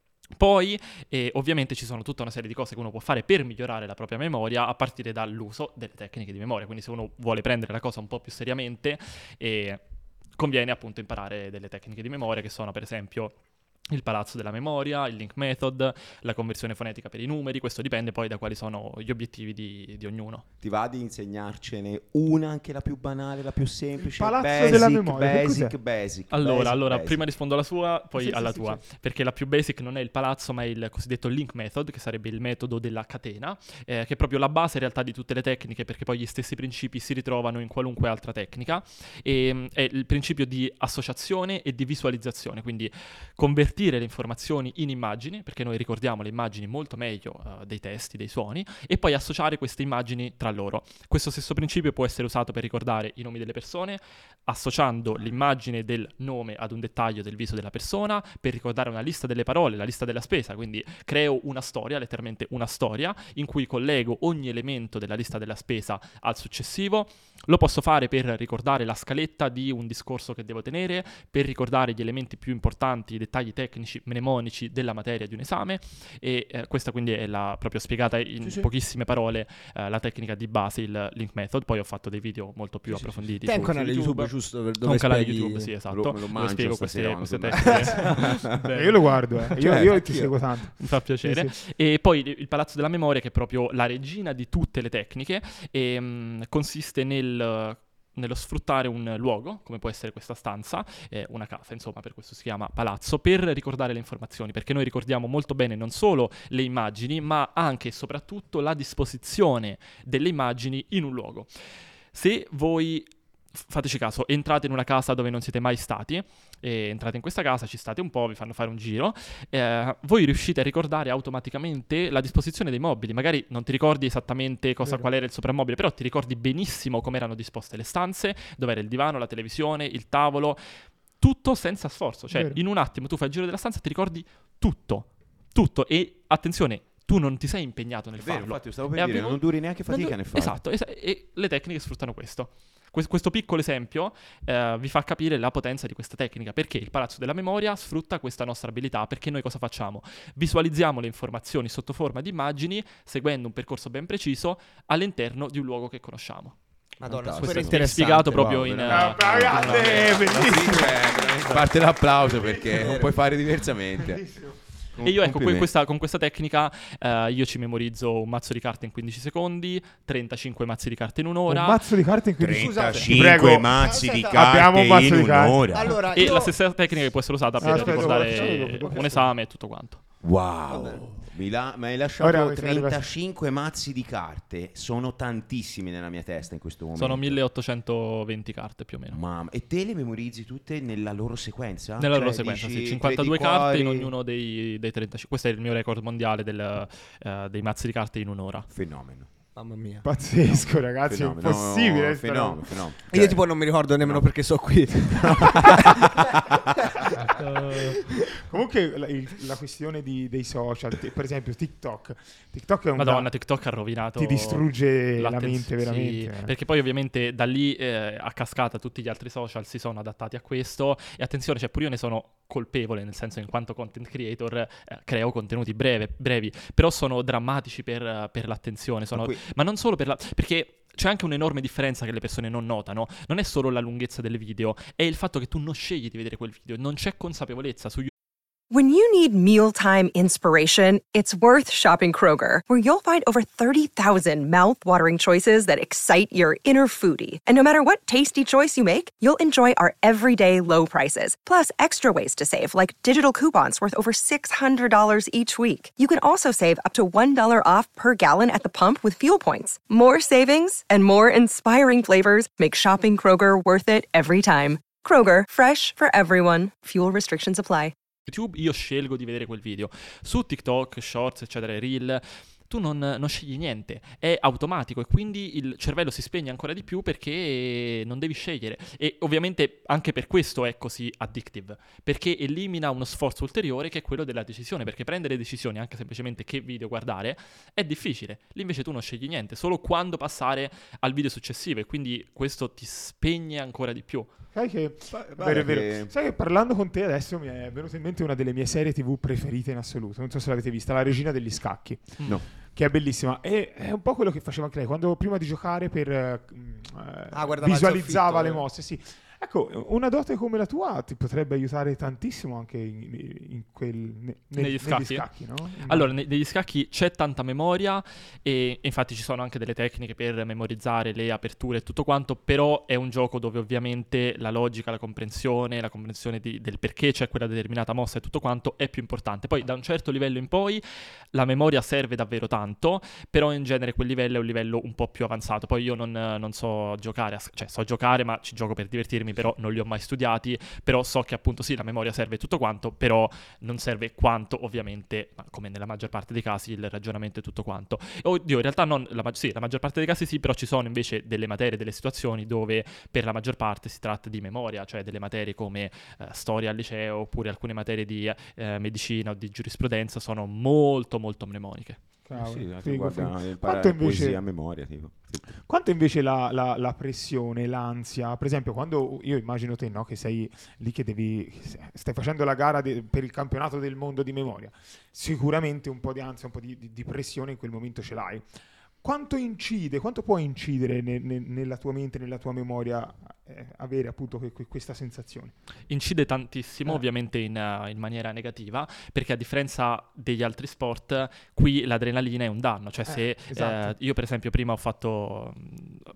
Poi eh, ovviamente ci sono tutta una serie di cose che uno può fare per migliorare la propria memoria a partire dall'uso delle tecniche di memoria, quindi se uno vuole prendere la cosa un po' più seriamente eh, conviene appunto imparare delle tecniche di memoria che sono per esempio il palazzo della memoria, il link method, la conversione fonetica per i numeri. Questo dipende poi da quali sono gli obiettivi di, di ognuno. Ti va di insegnarcene una, anche la più banale, la più semplice? Palazzo basic, della memoria, che Basic, cos'è? basic, Allora, basic, allora basic. prima rispondo alla sua, poi Sì, sì, alla sì, tua, sì. perché la più basic non è il palazzo, ma è il cosiddetto link method, che sarebbe il metodo della catena, eh, che è proprio la base in realtà di tutte le tecniche, perché poi gli stessi principi si ritrovano in qualunque altra tecnica. E, mm, è il principio di associazione e di visualizzazione, quindi convertire le informazioni in immagini, perché noi ricordiamo le immagini molto meglio eh, dei testi, dei suoni, e poi associare queste immagini tra loro. Questo stesso principio può essere usato per ricordare i nomi delle persone, associando l'immagine del nome ad un dettaglio del viso della persona, per ricordare una lista delle parole, la lista della spesa, quindi creo una storia, letteralmente una storia, in cui collego ogni elemento della lista della spesa al successivo. Lo posso fare per ricordare la scaletta di un discorso che devo tenere, per ricordare gli elementi più importanti, i dettagli tecnici, mnemonici della materia di un esame, e eh, questa quindi è la, proprio spiegata in Sì, sì. pochissime parole eh, la tecnica di base, il link method. Poi ho fatto dei video molto più Sì, sì, approfonditi Te hai su, un canale su YouTube, giusto? Dove Ho un canale spieghi- YouTube, sì, esatto. Me lo- me lo dove mangio spiego queste, stasera, queste quando tecniche. Bene. Io lo guardo, eh. Io, Cioè, io ti anch'io. seguo tanto. Mi fa piacere. Sì, sì. E poi il il palazzo della memoria, che è proprio la regina di tutte le tecniche, e, mh, consiste nel nello sfruttare un luogo, come può essere questa stanza, eh, una casa, insomma, per questo si chiama palazzo, per ricordare le informazioni, perché noi ricordiamo molto bene non solo le immagini, ma anche e soprattutto la disposizione delle immagini in un luogo. Se voi, fateci caso, entrate in una casa dove non siete mai stati, e entrate in questa casa, ci state un po', vi fanno fare un giro, eh, voi riuscite a ricordare automaticamente la disposizione dei mobili. Magari non ti ricordi esattamente cosa, Vero. qual era il soprammobile, però ti ricordi benissimo come erano disposte le stanze, dove era il divano, la televisione, il tavolo, tutto senza sforzo. Cioè, Vero. in un attimo tu fai il giro della stanza e ti ricordi tutto, tutto. E attenzione, tu non ti sei impegnato nel È vero, farlo. infatti, stavo per E dire, avevo- non duri neanche non fatica du- nel farlo. Esatto, es- e le tecniche sfruttano questo. Que- questo piccolo esempio eh, vi fa capire la potenza di questa tecnica, perché il palazzo della memoria sfrutta questa nostra abilità, perché noi cosa facciamo? Visualizziamo le informazioni sotto forma di immagini, seguendo un percorso ben preciso all'interno di un luogo che conosciamo. Madonna, Fantastico. super Questo è interessante. spiegato proprio wow, in... veramente. eh, Ah, ragazzi, in- bellissimo. Parte l'applauso perché non puoi fare diversamente. Bellissimo. E io ecco, con Complimenti. questa, con questa tecnica eh, io ci memorizzo un mazzo di carte in quindici secondi, trentacinque mazzi di carte in un'ora. Un mazzo di carte in cui trentacinque Ti prego, mazzi di Aspetta, carte abbiamo un mazzo in di carte. un'ora. Allora, E io- la stessa tecnica che può essere usata per Aspetta, ricordare dopo, dopo, dopo, dopo. un esame e tutto quanto. Wow, mi, la- mi hai lasciato Ora mi sembra- trentacinque mazzi di carte. Sono tantissimi nella mia testa in questo momento. Sono milleottocentoventi carte più o meno. Mamma, e te le memorizzi tutte nella loro sequenza? Nella loro Cioè, sequenza, dici, sì, cinquantadue credi carte in cuori- ognuno dei, dei trentacinque. Questo è il mio record mondiale del, eh, dei mazzi di carte in un'ora. Fenomeno. Mamma mia. Pazzesco, ragazzi, è Fenomeno. impossibile. No, sta fenomeno, roba. fenomeno. Io Cioè, tipo non mi ricordo nemmeno no. perché sono qui. Comunque la, il- la questione di- dei social, ti- per esempio TikTok. TikTok è un Madonna, da- TikTok ha rovinato ti distrugge la l'attenz- mente veramente. sì, eh. perché poi ovviamente da lì eh, a cascata tutti gli altri social si sono adattati a questo. E attenzione, cioè pure io ne sono colpevole, nel senso in quanto content creator eh, creo contenuti breve, brevi, però sono drammatici per, per l'attenzione, sono- Ma qui- ma non solo per la... perché c'è anche un'enorme differenza che le persone non notano, non è solo la lunghezza del video, è il fatto che tu non scegli di vedere quel video, non c'è consapevolezza su When you need mealtime inspiration, it's worth shopping Kroger, where you'll find over thirty thousand mouth-watering choices that excite your inner foodie. And no matter what tasty choice you make, you'll enjoy our everyday low prices, plus extra ways to save, like digital coupons worth over six hundred dollars each week. You can also save up to one dollar off per gallon at the pump with fuel points. More savings and more inspiring flavors make shopping Kroger worth it every time. Kroger, fresh for everyone. Fuel restrictions apply. YouTube, io scelgo di vedere quel video. Su TikTok, Shorts, eccetera, Reel, tu non, non scegli niente, è automatico e quindi il cervello si spegne ancora di più perché non devi scegliere. E ovviamente anche per questo è così addictive, perché elimina uno sforzo ulteriore che è quello della decisione, perché prendere decisioni anche semplicemente che video guardare è difficile. Lì invece tu non scegli niente, solo quando passare al video successivo e quindi questo ti spegne ancora di più. Sai che, guarda vero, è vero. che- Sai che parlando con te adesso mi è venuta in mente una delle mie serie tivù preferite in assoluto. Non so se l'avete vista, La Regina degli Scacchi, No. che è bellissima. E è un po' quello che faceva anche lei quando prima di giocare per eh, Ah, guardava il visualizzava soffitto, le eh. mosse. Sì. Ecco, una dote come la tua ti potrebbe aiutare tantissimo anche in, in quel, ne- ne- Negli scacchi? no? Allora, ne- negli scacchi c'è tanta memoria e e infatti ci sono anche delle tecniche per memorizzare le aperture e tutto quanto, però è un gioco dove ovviamente la logica, la comprensione, la comprensione di- del perché c'è quella determinata mossa e tutto quanto è più importante. Poi da un certo livello in poi la memoria serve davvero tanto, però in genere quel livello è un livello un po' più avanzato. Poi io non, non so giocare, a sc- cioè so giocare ma ci gioco per divertirmi, però non li ho mai studiati, però so che appunto sì, la memoria serve tutto quanto, però non serve quanto ovviamente, ma come nella maggior parte dei casi, il ragionamento e tutto quanto. Oddio, in realtà non, la, mag- sì, la maggior parte dei casi sì, però ci sono invece delle materie, delle situazioni dove per la maggior parte si tratta di memoria, cioè delle materie come eh, storia al liceo, oppure alcune materie di eh, medicina o di giurisprudenza sono molto molto mnemoniche. Cavolo, Sì, tu figo, guarda, figo. imparare Quanto invece- poesia a memoria, tipo. Sì. Quanto invece la, la- la pressione, l'ansia, per esempio quando io immagino te no, che sei lì che devi, stai facendo la gara de- per il campionato del mondo di memoria, sicuramente un po' di ansia, un po' di, di- di pressione in quel momento ce l'hai. Quanto incide, quanto può incidere ne- ne- nella tua mente, nella tua memoria eh, avere appunto que- que- questa sensazione? Incide tantissimo, Eh. ovviamente in, eh, in maniera negativa, perché a differenza degli altri sport, qui l'adrenalina è un danno. Cioè, Eh, se esatto. eh, io, per esempio, prima ho fatto mh,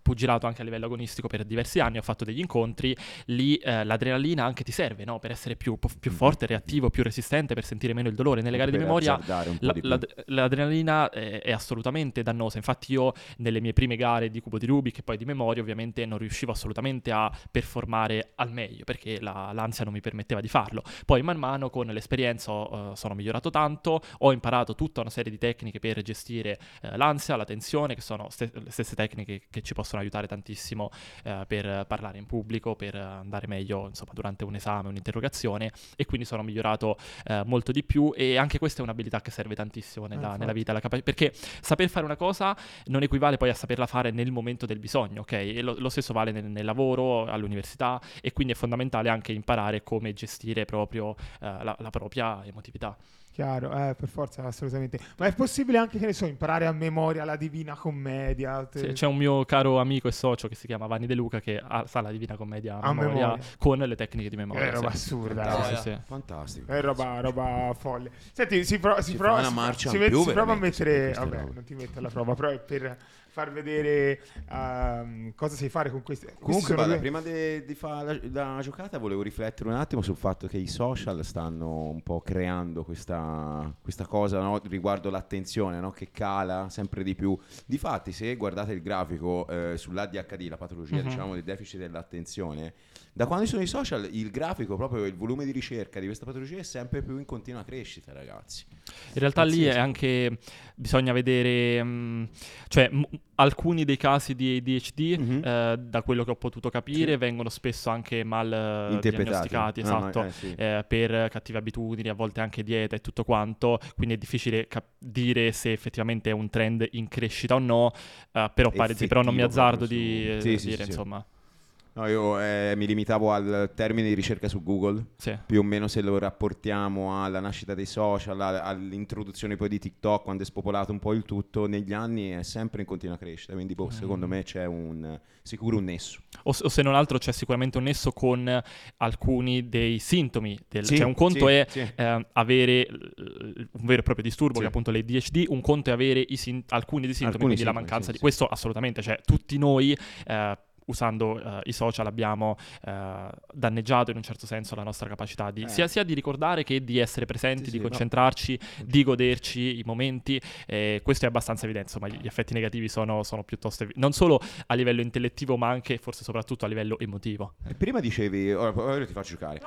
pugilato anche a livello agonistico per diversi anni, ho fatto degli incontri, lì eh, l'adrenalina anche ti serve, no? Per essere più, più forte, reattivo, più resistente, per sentire meno il dolore. Nelle gare di Per memoria azzardare un po' la- di più. la- l'adrenalina è, è assolutamente dannosa. Infatti io nelle mie prime gare di cubo di Rubik e poi di memoria ovviamente non riuscivo assolutamente a performare al meglio, perché la- l'ansia non mi permetteva di farlo. Poi man mano con l'esperienza ho, eh, sono migliorato tanto, ho imparato tutta una serie di tecniche per gestire eh, l'ansia, la tensione, che sono ste- le stesse tecniche che ci possono aiutare tantissimo eh, per parlare in pubblico, per andare meglio insomma durante un esame, un'interrogazione, e quindi sono migliorato eh, molto di più, e anche questa è un'abilità che serve tantissimo nella, infatti. nella vita, la capa- perché saper fare una cosa non equivale poi a saperla fare nel momento del bisogno, ok? E lo, lo stesso vale nel, nel lavoro, all'università, e quindi è fondamentale anche imparare come gestire proprio eh, la, la propria emotività. Chiaro, eh, per forza, assolutamente. Ma è possibile anche, che ne so, imparare a memoria la Divina Commedia? altre- Sì, c'è un mio caro amico e socio che si chiama Vanni De Luca che ha, sa la Divina Commedia a A memoria, memoria. con le tecniche di memoria. È roba sì. assurda. Sì, eh. sì, sì. Fantastico. È roba, roba folle. Senti, si, pro- si Si prova, fa una si, marcia si in met- più si prova a veramente mettere. su queste Vabbè, robe. non ti metto alla prova, però è per far vedere ehm, cosa sai fare con queste. questi Comunque, sono guarda, due- prima de- di fare la, la giocata volevo riflettere un attimo sul fatto che i social stanno un po' creando questa, questa cosa, no? Riguardo l'attenzione, no? Che cala sempre di più. Difatti, se guardate il grafico eh, sull'A D H D, la patologia Mhm. diciamo del deficit dell'attenzione, da quando ci sono i social il grafico, proprio il volume di ricerca di questa patologia è sempre più in continua crescita, ragazzi. In realtà lì è Pazzesco. anche, bisogna vedere, mh, cioè m- alcuni dei casi di A D H D, Mhm. eh, da quello che ho potuto capire, Sì. vengono spesso anche mal eh, Interpretati. diagnosticati, Ah, ma- esatto, eh, sì. eh, per cattive abitudini, a volte anche dieta e tutto quanto, quindi è difficile cap- dire se effettivamente è un trend in crescita o no, eh, però, pare, sì, però non mi Effettivo azzardo proprio di su- eh, Sì, sì, dire, sì, sì. insomma. No, io eh, mi limitavo al termine di ricerca su Google, Sì. più o meno se lo rapportiamo alla nascita dei social, a- all'introduzione poi di TikTok, quando è spopolato un po' il tutto, negli anni è sempre in continua crescita, quindi boh, secondo me c'è un sicuro un nesso. O, o se non altro c'è sicuramente un nesso con alcuni dei sintomi. Del, Sì, cioè un conto sì, è sì. eh, avere un vero e proprio disturbo, Sì. che è appunto l'A D H D, un conto è avere i sin- alcuni dei sintomi, Alcuni quindi la sintomi, mancanza sì, di... sì. Questo assolutamente, cioè tutti noi... eh, usando eh, i social abbiamo eh, danneggiato in un certo senso la nostra capacità di, Eh. sia, sia di ricordare che di essere presenti, Sì, di sì, concentrarci, di goderci i momenti. Eh, questo è abbastanza evidente, insomma gli effetti negativi sono, sono piuttosto evi- non solo a livello intellettivo ma anche forse soprattutto a livello emotivo. E prima dicevi, ora, ora ti faccio giocare.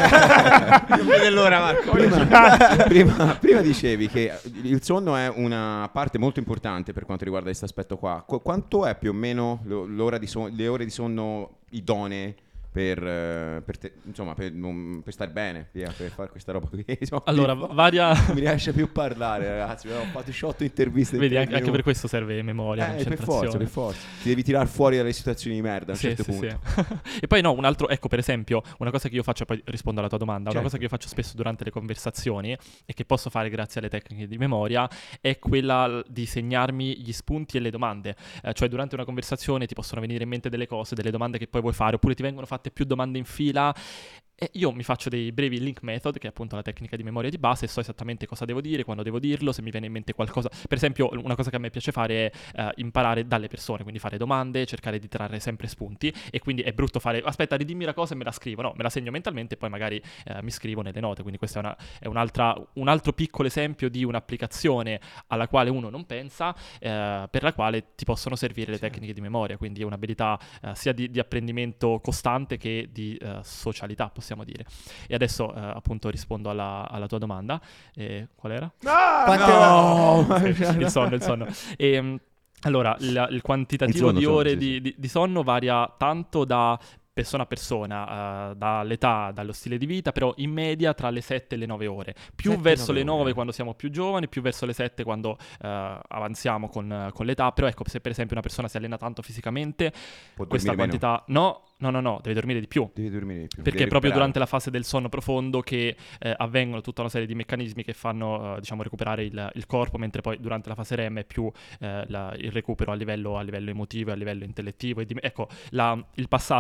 Non vede l'ora, Marco. Prima, prima- prima dicevi che il sonno è una parte molto importante per quanto riguarda questo aspetto qua. Qu- quanto è più o meno lo- l'ora di son- le ore di sonno idonee per, eh, per, te- insomma, per, non- per stare bene, via, per fare questa roba qui? Insomma, Allora, mi- varia... non mi riesce più a parlare, ragazzi. Ho fatto otto interviste. in Vedi, tre anche, anche per minuti. questo serve memoria, Eh, per concentrazione. forza, per forza. Ti devi tirare fuori dalle situazioni di merda a un Sì, certo sì, punto. sì. E poi no, un altro, ecco per esempio, una cosa che io faccio, poi rispondo alla tua domanda, una Certo. cosa che io faccio spesso durante le conversazioni e che posso fare grazie alle tecniche di memoria è quella di segnarmi gli spunti e le domande. Eh, cioè durante una conversazione ti possono venire in mente delle cose, delle domande che poi vuoi fare, oppure ti vengono fatte più domande in fila. E io mi faccio dei brevi link method, che è appunto la tecnica di memoria di base, e so esattamente cosa devo dire, quando devo dirlo, se mi viene in mente qualcosa. Per esempio, una cosa che a me piace fare è eh, imparare dalle persone, quindi fare domande, cercare di trarre sempre spunti, e quindi è brutto fare, aspetta, ridimmi la cosa e me la scrivo. No, me la segno mentalmente e poi magari eh, mi scrivo nelle note. Quindi questo è, una, è un'altra, un altro piccolo esempio di un'applicazione alla quale uno non pensa, eh, per la quale ti possono servire le tecniche di memoria. Quindi è un'abilità eh, sia di, di apprendimento costante che di eh, socialità, possiamo dire. E adesso eh, appunto rispondo alla, alla tua domanda. Eh, qual era? Ah, Quante- no! Sì, il sonno, il sonno. E, allora, il, il quantitativo Il sonno, di sonno, ore sì, di, sì. di- di sonno varia tanto da persona a persona, eh, dall'età, dallo stile di vita, però in media tra le sette e le nove ore. Più sette verso nove le nove ore. quando siamo più giovani, più verso le sette quando eh, avanziamo con, con l'età. Però ecco, se per esempio una persona si allena tanto fisicamente, Può questa dormire meno. quantità... No, no, no, no, deve dormire di più. Devi dormire di più. Perché devi è proprio recuperare. durante la fase del sonno profondo che eh, avvengono tutta una serie di meccanismi che fanno eh, diciamo recuperare il, il corpo, mentre poi durante la fase R E M è più eh, la- il recupero a livello, a livello emotivo e a livello intellettivo. E di- ecco, la- il passaggio dei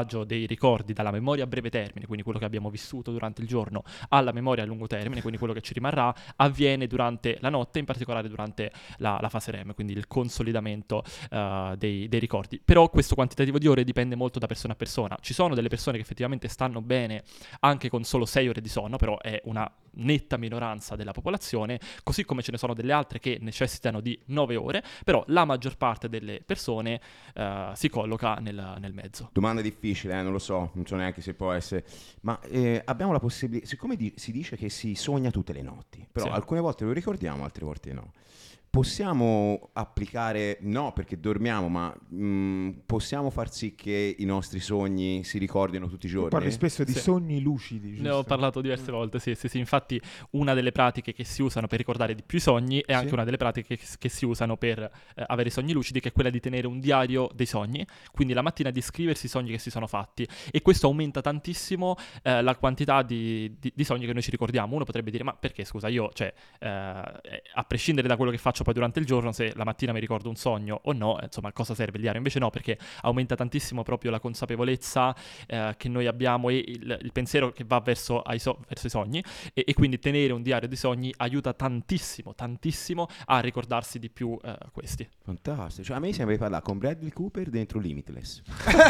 ricordi dalla memoria a breve termine, quindi quello che abbiamo vissuto durante il giorno, alla memoria a lungo termine, quindi quello che ci rimarrà, avviene durante la notte, in particolare durante la, la fase R E M, quindi il consolidamento uh, dei, dei ricordi. Però questo quantitativo di ore dipende molto da persona a persona. Ci sono delle persone che effettivamente stanno bene anche con solo sei ore di sonno, però è una netta minoranza della popolazione, così come ce ne sono delle altre che necessitano di nove ore, però la maggior parte delle persone uh, si colloca nel, nel mezzo. Domanda difficile, eh, non lo so, non so neanche se può essere, ma eh, abbiamo la possibilità, siccome di- si dice che si sogna tutte le notti, però Sì. alcune volte lo ricordiamo, altre volte no. Possiamo applicare, no perché dormiamo, ma mh, possiamo far sì che i nostri sogni si ricordino tutti i giorni? Parli spesso di Sì. sogni lucidi, Ne ho giusto? parlato diverse volte, sì, sì, sì. Infatti una delle pratiche che si usano per ricordare di più i sogni è anche Sì. una delle pratiche che, che si usano per eh, avere sogni lucidi, che è quella di tenere un diario dei sogni, quindi la mattina di scriversi i sogni che si sono fatti, e questo aumenta tantissimo eh, la quantità di, di, di sogni che noi ci ricordiamo. Uno potrebbe dire, ma perché, scusa, io, cioè, eh, a prescindere da quello che faccio poi durante il giorno, se la mattina mi ricordo un sogno o no, insomma, a cosa serve il diario? Invece no, perché aumenta tantissimo proprio la consapevolezza eh, che noi abbiamo, e il, il pensiero che va verso, ai so- verso i sogni, e, e quindi tenere un diario di sogni aiuta tantissimo, tantissimo a ricordarsi di più eh, questi. Fantastico, cioè, a me sembra di parlare con Bradley Cooper dentro Limitless.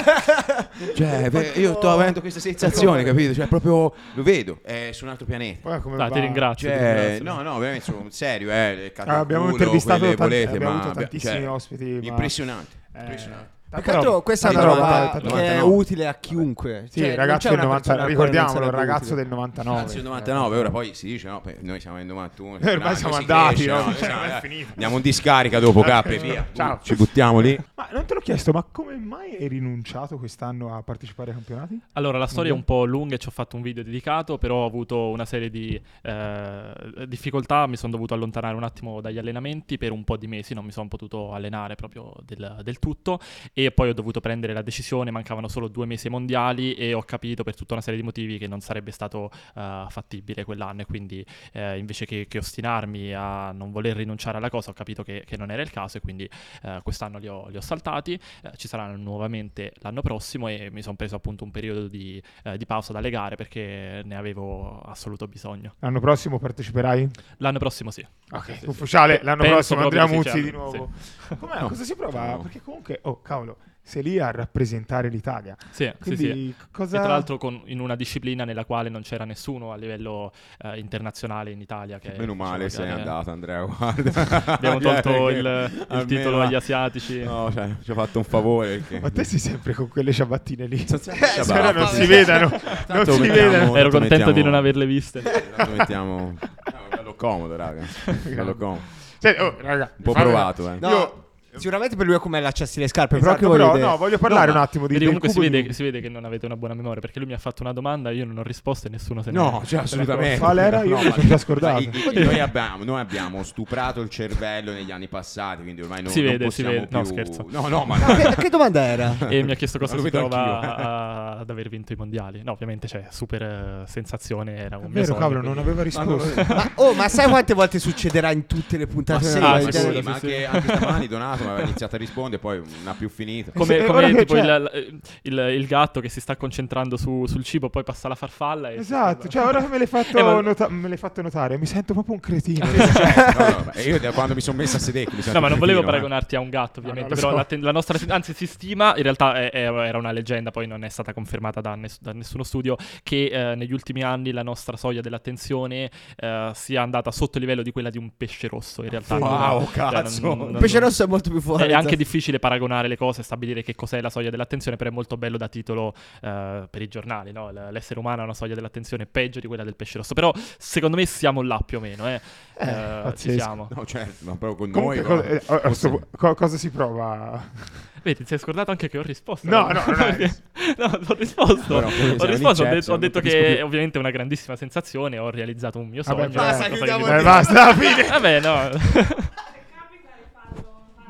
Cioè, beh, io sto avendo questa sensazione, capito? Cioè, proprio lo vedo, è su un altro pianeta. Poi come Dai, va? ti ringrazio. ti Cioè, ringrazio. no, no, veramente sono serio, eh. Ah, abbiamo culo, intervistato quelle tanti- volete, abbiamo ma avuto abbia- tantissimi cioè, ospiti, ma- Impressionante, Eh, impressionante. tanta Più che altro roba. questa è Tanta una roba, roba tanta che roba. è novantanove. utile a chiunque. Sì, Cioè, non ragazzo c'è del una novanta, persona a cui non ricordiamolo, il sarebbe ragazzo utile. del novantanove. Anzi, il novantanove, ora poi si dice, no, beh, noi siamo nel novantuno. Eh, ormai no, siamo si andati, cresce, no? no? Cioè, Siamo- è eh, finito. Andiamo in discarica dopo, capri, via. Ciao. Ci buttiamo lì. Ma non te l'ho chiesto, ma come mai hai rinunciato quest'anno a partecipare ai campionati? Allora, la storia è un po' lunga e ci ho fatto un video dedicato, però ho avuto una serie di eh, difficoltà, mi sono dovuto allontanare un attimo dagli allenamenti per un po' di mesi, non mi sono potuto allenare proprio del, del tutto, e poi ho dovuto prendere la decisione, mancavano solo due mesi ai mondiali e ho capito per tutta una serie di motivi che non sarebbe stato eh, fattibile quell'anno, e quindi eh, invece che, che ostinarmi a non voler rinunciare alla cosa, ho capito che, che non era il caso, e quindi eh, quest'anno li ho, li ho saltati. Eh, ci saranno nuovamente l'anno prossimo, e mi sono preso appunto un periodo di, eh, di pausa dalle gare perché ne avevo assoluto bisogno. L'anno prossimo parteciperai? L'anno prossimo sì. Ok, Sì, sì, sì. ufficiale, l'anno Penso prossimo proprio Andrea di sì, Muzzi di certo, nuovo. Com'è? No. Cosa si prova? No. Perché comunque, oh cavolo, sei lì a rappresentare l'Italia. Sì, sì, Quindi sì. cosa... E tra l'altro con, in una disciplina nella quale non c'era nessuno a livello eh, internazionale in Italia. Che Meno male faceva sei gare. andato, Andrea, guarda. Abbiamo tolto Che- il, il almeno- titolo agli asiatici. No, cioè, ci ha fatto un favore perché... Ma te sei sempre con quelle ciabattine lì. Ciabatte. Spero non Vabbè. si vedano. Non Tanto si mettiamo- vedano. Ero tanto contento di mettiamo- non averle viste. Tanto mettiamo... No, bello comodo, raga. Bello comodo. Cioè, oh, raga, Un po' fammi- provato, eh. No, Io- sicuramente per lui è come allacciarsi le scarpe. Esatto, però che però, volete... no, voglio parlare No, un ma- attimo di Vedi, del comunque si cubo di- vede, si vede che non avete una buona memoria, perché lui mi ha fatto una domanda, io non ho risposto e nessuno se ne No, cioè assolutamente. Qual era? Io No, mi ma- sono già scordato. i- i- noi, abbiamo, noi abbiamo stuprato il cervello negli anni passati, quindi ormai non, Si non vede, si possiamo vede. No, più... scherzo. No, no, ma... No, che, che domanda era? E mi ha chiesto cosa Lo si vedo prova anch'io. a- ad aver vinto i mondiali. No, ovviamente, cioè, super eh, sensazione, era un È mio vero, sogno, cavolo, quindi- non aveva risposto. ma, oh, ma sai quante volte succederà in tutte le Ma puntate? sì, della Ah, ma, vita? sì, sicuro, ma sì, anche, sì. anche stamani Donato mi aveva iniziato a rispondere, poi non ha più finito. Come, Eh, come ora che tipo c'è- il, il- il gatto che si sta concentrando su- sul cibo, poi passa la farfalla. E Esatto, cioè ora che me l'hai fatto, Eh, ma- nota- me l'hai fatto notare, mi sento proprio un cretino. No, no, ma io da quando mi sono messo a sedere mi sento No, ma non volevo cretino, eh. paragonarti a un gatto, ovviamente. No, no, lo però so. la, ten- la nostra, anzi, si stima, in realtà è- è- era una leggenda, poi non è stata confermata da, ness- da nessuno studio, che eh, negli ultimi anni la nostra soglia dell'attenzione eh, sia andata sotto il livello di quella di un pesce rosso. In realtà, Wow, non- cioè, cazzo. non- non- Il pesce rosso è molto più forte. È anche difficile paragonare le cose, stabilire che cos'è la soglia dell'attenzione, però è molto bello da titolo eh, per i giornali, no? L- L'essere umano ha una soglia dell'attenzione peggio di quella del pesce rosso, però secondo me siamo là più o meno, eh. Eh, ci pazzesco. siamo. No, certo, ma proprio con Comunque, noi... co- eh, no. a- a sto- co- cosa si prova? Vedi, ti sei scordato anche che ho risposto. No, no, non è- Perché- no, ho risposto. Però, poi ho siamo risposto, ho, in detto, chat, ho detto non che capisco è ovviamente una grandissima sensazione, ho realizzato un mio Vabbè, sogno. basta, una cosa chiudiamo che Dai, mi- basta, alla fine. Vabbè, no.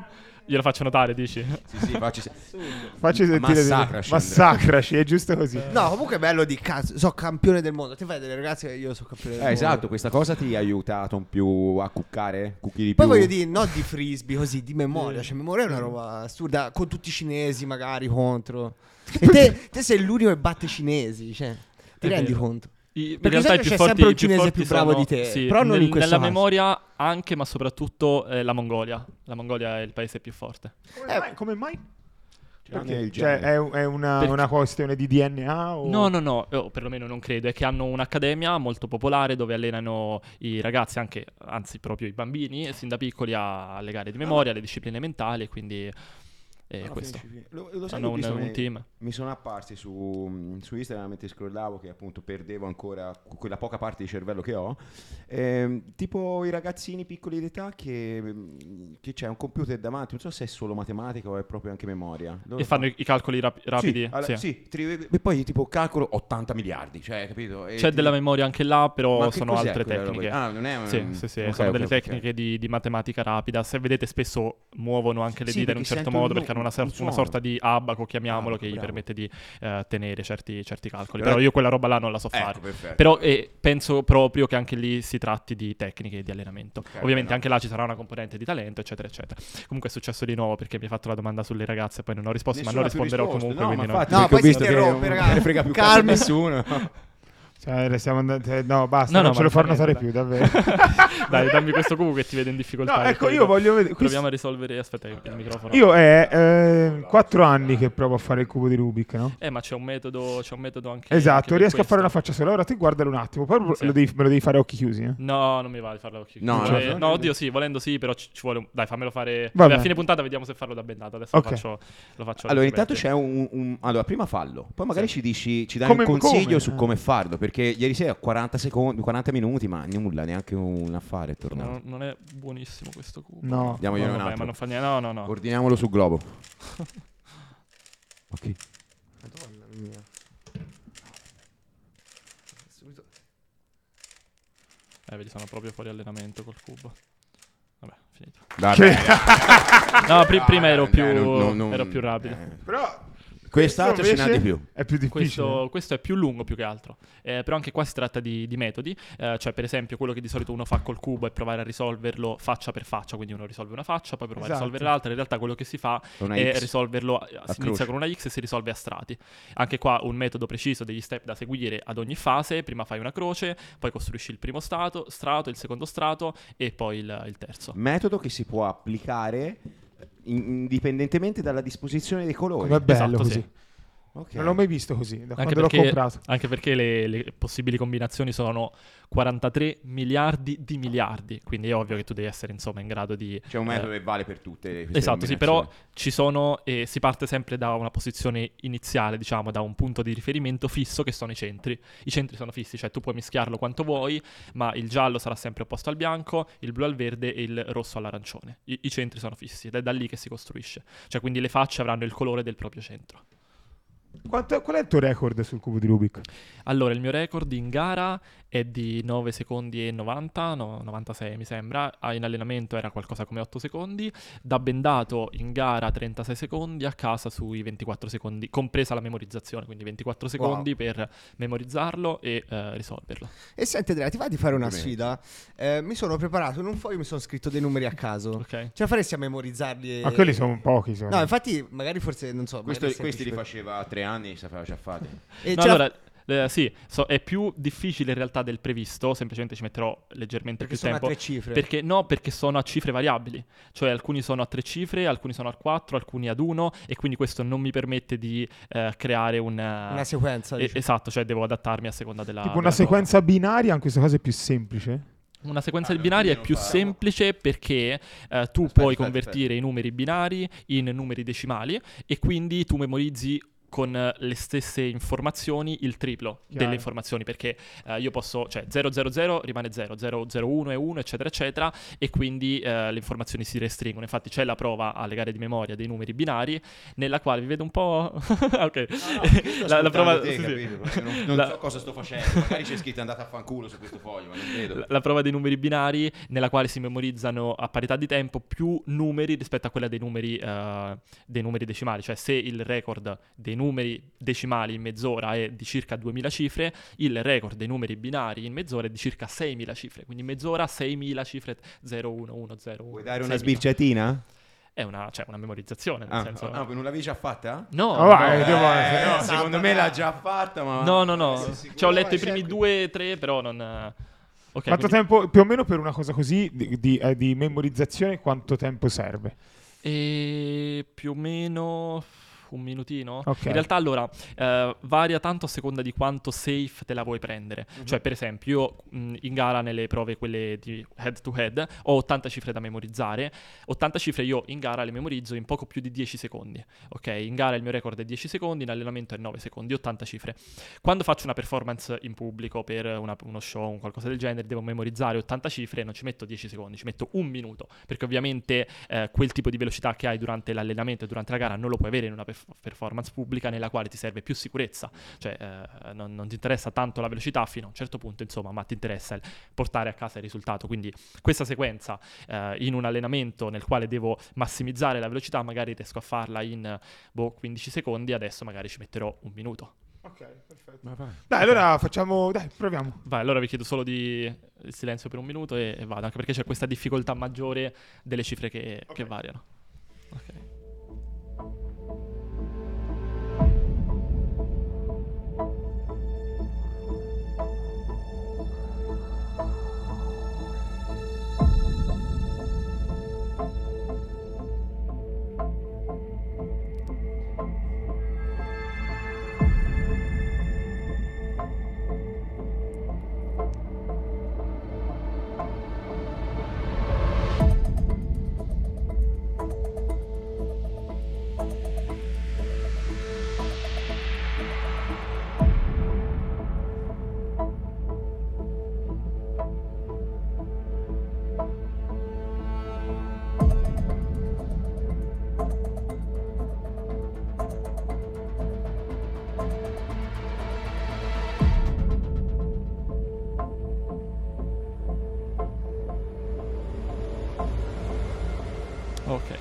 Glielo faccio notare, dici? Sì, sì, facci se- Facci sentire. Massacraci, Massacraci, è giusto così. No, comunque è bello di cazzo. So campione del mondo. Ti fai delle ragazze che io so campione del Eh, mondo. esatto, questa cosa ti ha aiutato un più a cuccare? Cucchi di Poi più? voglio dire, non di frisbee così, di memoria. Cioè, memoria è una roba assurda. Con tutti i cinesi, magari contro. E te, te sei l'unico che batte i cinesi. Cioè, ti È rendi vero. conto? I- in Perché realtà sai i che più c'è forti, sempre un i più cinese forti più bravo sono- di te, sì, però non nel- in questo nella caso. memoria anche, ma soprattutto eh, la Mongolia. La Mongolia è il paese più forte. Come mai? Come mai? Tranne Perché? il Cioè, genere. è, un- è una, Perché- una questione di D N A? O... No, no, no, o perlomeno non credo, è che hanno un'accademia molto popolare dove allenano i ragazzi, anche, anzi proprio i bambini, sin da piccoli a- alle gare di memoria, alle discipline mentali, quindi è No, questo. finisci, finisci. Lo, lo sai, Hanno ho un, visto un me- team. Mi sono apparsi su, su Instagram mentre scrollavo che appunto perdevo ancora quella poca parte di cervello che ho. Ehm, tipo i ragazzini piccoli d'età che, che c'è un computer davanti, non so se è solo matematica o è proprio anche memoria. Loro E fanno i, i calcoli rap- rapidi. Sì, alla- sì. sì, tri- e poi tipo calcolo ottanta miliardi, cioè, capito? E C'è ti- della memoria anche là, però Ma che sono cos'è altre quella roba tecniche. lì? Ah, non è un- Sì, sì, sì, ok, sono ok, delle ok. tecniche di, di matematica rapida. Se vedete spesso muovono anche le Sì, dita in un perché certo sento modo il perché hanno una, mu- un sor- una suono. sorta di abaco, chiamiamolo, Abaco, che gli bravo. permette di eh, tenere certi, certi calcoli. Però- Però io quella roba là non la so fare. Ecco, perfetto. Però eh, penso proprio che anche lì si tratti di tecniche di allenamento. Ok, Ovviamente no. anche là ci sarà una componente di talento, eccetera, eccetera. Comunque è successo di nuovo perché mi hai fatto la domanda sulle ragazze e poi non ho risposto, Nessuno ma ha non più risponderò risposto. comunque. No, ma quindi no. infatti, No, perché poi ho visto si che interrompe, non ragazzi. ne frega più cazzo a Calmi. nessuno. Cioè, stiamo andando... eh, No, basta, No, non no, ce ma lo fa non fa notare niente, più, davvero. Dai, dammi questo cubo che ti vedo in difficoltà. No, che ecco, poi io dopo voglio vedere... Proviamo a risolvere. Aspetta, il microfono. Io è eh, quattro anni che provo a fare il cubo di Rubik, no? Eh, ma c'è un metodo, c'è un metodo anche. Esatto, anche per riesco a questo. fare una faccia sola. Ora ti guardalo un attimo, poi Sì. lo devi- me lo devi fare a occhi chiusi, eh? No, non mi va di farlo a occhi No, chiusi. no, Eh, no, no, oddio, sì, volendo sì, però ci, ci vuole un... Dai, fammelo fare. Va Vabbè, a bene. fine puntata vediamo se farlo da bendato. Adesso Ok. lo faccio. Lo faccio Allora, alle intanto aperte. c'è un, un- Allora, prima fallo, poi magari Sì. ci dici, ci dai Come- un consiglio come? su come farlo. Perché ieri sera quaranta secondi, quaranta minuti, ma nulla, neanche un affare è tornato. No, non è buonissimo questo cubo. No. Diamogliene No, un vabbè, altro. ma non fa niente. No, no, no. Ordiniamolo su Globo. Ok. Madonna mia. Subito. Eh, vedi, sono proprio fuori allenamento col cubo. Vabbè, finito. Vabbè. No, pri- prima ero Eh, più, non- non- non- ero più rapido. eh. Però... Quest'altro ce n'ha invece di più. È più difficile. Questo, questo è più lungo più che altro, eh, però anche qua si tratta di, di metodi, eh, cioè per esempio quello che di solito uno fa col cubo è provare a risolverlo faccia per faccia, quindi uno risolve una faccia, poi prova Esatto. a risolvere l'altra, in realtà quello che si fa Una è X. risolverlo, eh, si croce. inizia con una X e si risolve a strati. Anche qua un metodo preciso, degli step da seguire ad ogni fase, prima fai una croce, poi costruisci il primo strato, strato il secondo strato e poi il, il terzo. Metodo che si può applicare in- indipendentemente dalla disposizione dei colori. Com'è bello Esatto, così. sì. Ok. Non l'ho mai visto così, da Anche quando l'ho perché, comprato. anche perché le, le possibili combinazioni sono quarantatré miliardi di miliardi, quindi è ovvio che tu devi essere insomma in grado di... C'è un metodo eh, che vale per tutte queste Esatto, sì, però combinazioni. ci sono e si parte sempre da una posizione iniziale, diciamo, da un punto di riferimento fisso che sono i centri. I centri sono fissi, cioè tu puoi mischiarlo quanto vuoi, ma il giallo sarà sempre opposto al bianco, il blu al verde e il rosso all'arancione. I, i centri sono fissi ed è da lì che si costruisce. Cioè quindi le facce avranno il colore del proprio centro. Quanto- qual è il tuo record sul cubo di Rubik? Allora, il mio record in gara è di nove secondi e novanta, no, novantasei mi sembra. Ah, in allenamento era qualcosa come otto secondi. Da bendato in gara trentasei secondi, a casa sui ventiquattro secondi, compresa la memorizzazione, quindi ventiquattro secondi per memorizzarlo e eh, risolverlo. E senti Andrea, ti va di fare una Complimenti. sfida? Eh, mi sono preparato in un foglio, mi sono scritto dei numeri a caso. Ok? Ce la faresti a memorizzarli? E... Ma quelli sono pochi, secondo No, me. infatti, magari forse non so. Questo- magari è questi li semplice faceva a tre anni, sapeva già fate. per- E No, ce la- allora, eh, sì, so- è più difficile in realtà del previsto, semplicemente ci metterò leggermente perché più sono a tempo. tre cifre. Perché no, perché sono a cifre variabili, cioè alcuni sono a tre cifre, alcuni sono a quattro, alcuni ad uno e quindi questo non mi permette di eh, creare una... Una sequenza. Eh, dici. esatto, cioè devo adattarmi a seconda della... Tipo una della cosa. sequenza binaria, in questo caso è più semplice. Una sequenza Ah, di binari è non più fa- semplice perché eh, tu Aspetta, puoi aspetta, convertire i numeri binari in numeri decimali e quindi tu memorizzi con le stesse informazioni il triplo Chiaro. delle informazioni, perché eh, io posso, cioè zero zero zero rimane zero, zero zero uno è uno, eccetera eccetera, e quindi eh, le informazioni si restringono. Infatti c'è la prova alle gare di memoria dei numeri binari, nella quale vi vedo un po'... ok, No, la, la prova... te, sì, sì. capito? Non, non La- so cosa sto facendo, magari c'è scritto andate a fanculo su questo foglio, ma non vedo. La, la prova dei numeri binari, nella quale si memorizzano a parità di tempo più numeri rispetto a quella dei numeri, eh, dei numeri decimali. Cioè se il record dei numeri decimali in mezz'ora è di circa duemila cifre, il record dei numeri binari in mezz'ora è di circa seimila cifre. Quindi in mezz'ora seimila cifre, zero uno uno zero uno. Vuoi dare una seimila. sbirciatina? È una, cioè, una memorizzazione, nel Ah, senso... ah, non l'avevi già fatta? No, Oh, no, vai, no. devo- Eh, no, secondo me l'ha già fatta, ma... no, no, no. Sei sicuro? Cioè, ho letto i Vai, primi cerchi. due, tre, però non... Ok, Quanto quindi- tempo, più o meno per una cosa così di, di, eh, di memorizzazione, quanto tempo serve? E più o meno un minutino. Ok. In realtà allora eh, varia tanto a seconda di quanto safe te la vuoi prendere. Cioè per esempio io mh, in gara nelle prove quelle di head to head ho ottanta cifre da memorizzare. ottanta cifre io in gara le memorizzo in poco più di dieci secondi. Ok, in gara il mio record è dieci secondi, in allenamento è nove secondi, ottanta cifre. Quando faccio una performance in pubblico per una- uno show, un qualcosa del genere, devo memorizzare ottanta cifre e non ci metto dieci secondi, ci metto un minuto, perché ovviamente eh, quel tipo di velocità che hai durante l'allenamento e durante la gara non lo puoi avere in una perf- performance pubblica, nella quale ti serve più sicurezza. Cioè eh, non, non ti interessa tanto la velocità fino a un certo punto, insomma, ma ti interessa il portare a casa il risultato. Quindi questa sequenza eh, in un allenamento nel quale devo massimizzare la velocità, magari riesco a farla in boh, quindici secondi, adesso magari ci metterò un minuto. Ok, perfetto. Dai, allora facciamo... Dai, proviamo. Vai, allora vi chiedo solo di il silenzio per un minuto e, e vado, anche perché c'è questa difficoltà maggiore delle cifre che, che variano. Ok. Ok.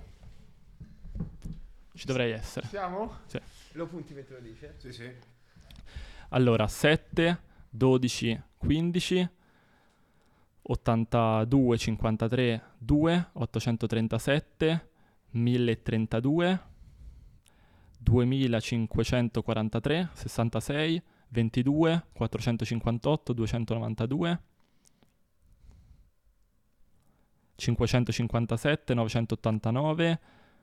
Ci dovrei essere. Siamo? Sì. Lo punti mentre lo dice? Sì, sì. Allora, sette, dodici, quindici, ottantadue, cinquantatré, due, ottocentotrentasette, milletrentadue, duemilacinquecentoquarantatré, sessantasei, ventidue, quattrocentocinquantotto, duecentonovantadue, cinquecentocinquantasette, novecentottantanove,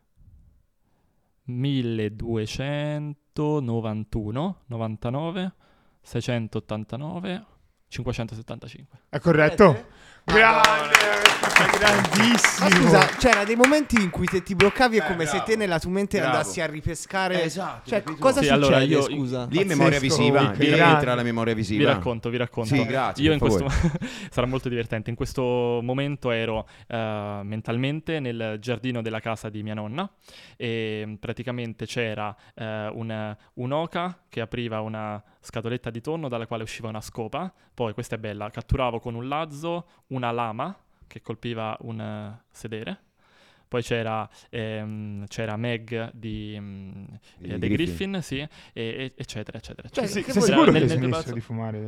milleduecentonovantuno, novantanove, seicentottantanove, cinquecentosettantacinque. È corretto? Eh, Grande, grandissimo. Ma scusa, c'era dei momenti in cui se ti bloccavi è Eh, come se bravo. te nella tua mente Bravo. andassi a ripescare. Eh, esatto, Cioè, capito? cosa Sì, succede? allora io- scusa. Lì è memoria Pazzesco, visiva, Wick, lì grande. entra la memoria visiva. Vi racconto, vi racconto. Sì, grazie, Io in per questo sarà molto divertente. In questo momento ero eh, mentalmente nel giardino della casa di mia nonna e praticamente c'era eh, un, un'oca che apriva una scatoletta di tonno dalla quale usciva una scopa. Poi, questa è bella, catturavo con un lazzo una lama che colpiva un eh, sedere. Poi c'era, ehm, c'era Meg di, mm, Di eh, dei Griffin. Griffin, sì, e- e- eccetera, eccetera. Cioè, Sei, che sei vuol- sicuro nel- che hai nel smesso braccio- di fumare?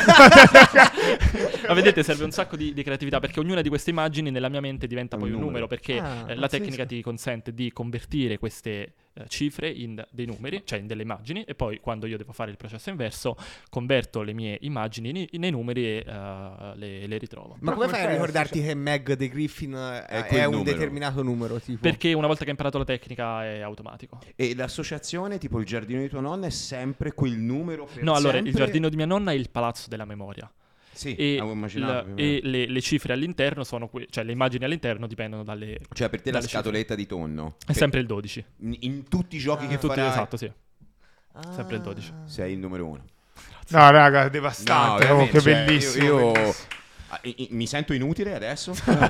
Ma vedete, serve un sacco di, di creatività, perché ognuna di queste immagini nella mia mente diventa Un poi un numero. numero, perché Ah, eh, la pazzesco. tecnica ti consente di convertire queste eh, cifre in dei numeri, cioè in delle immagini, e poi quando io devo fare il processo inverso converto le mie immagini nei, nei numeri e eh, le, le ritrovo. Ma Però come come fai a fai a- ricordarti che Meg dei Griffin eh, È è, quel un numero. determinato numero? Tipo? Perché una volta che hai imparato la tecnica è automatico. E l'associazione, tipo il giardino di tua nonna, è sempre quel numero per No, allora, sempre? il giardino di mia nonna è il palazzo della memoria. Sì, E, avevo immaginato. la- più o meno. e le, le cifre all'interno sono que- cioè le immagini all'interno dipendono dalle... Cioè per te la dalle cifre. scatoletta di tonno. È sempre il dodici. In, in tutti i giochi Ah. che Tutti, farai. esatto, sì. Sempre il dodici. Sei il numero uno. No, raga, devastante. No, oh, che cioè, bellissimo. Io, io bellissimo. ah, i- i- mi sento inutile adesso,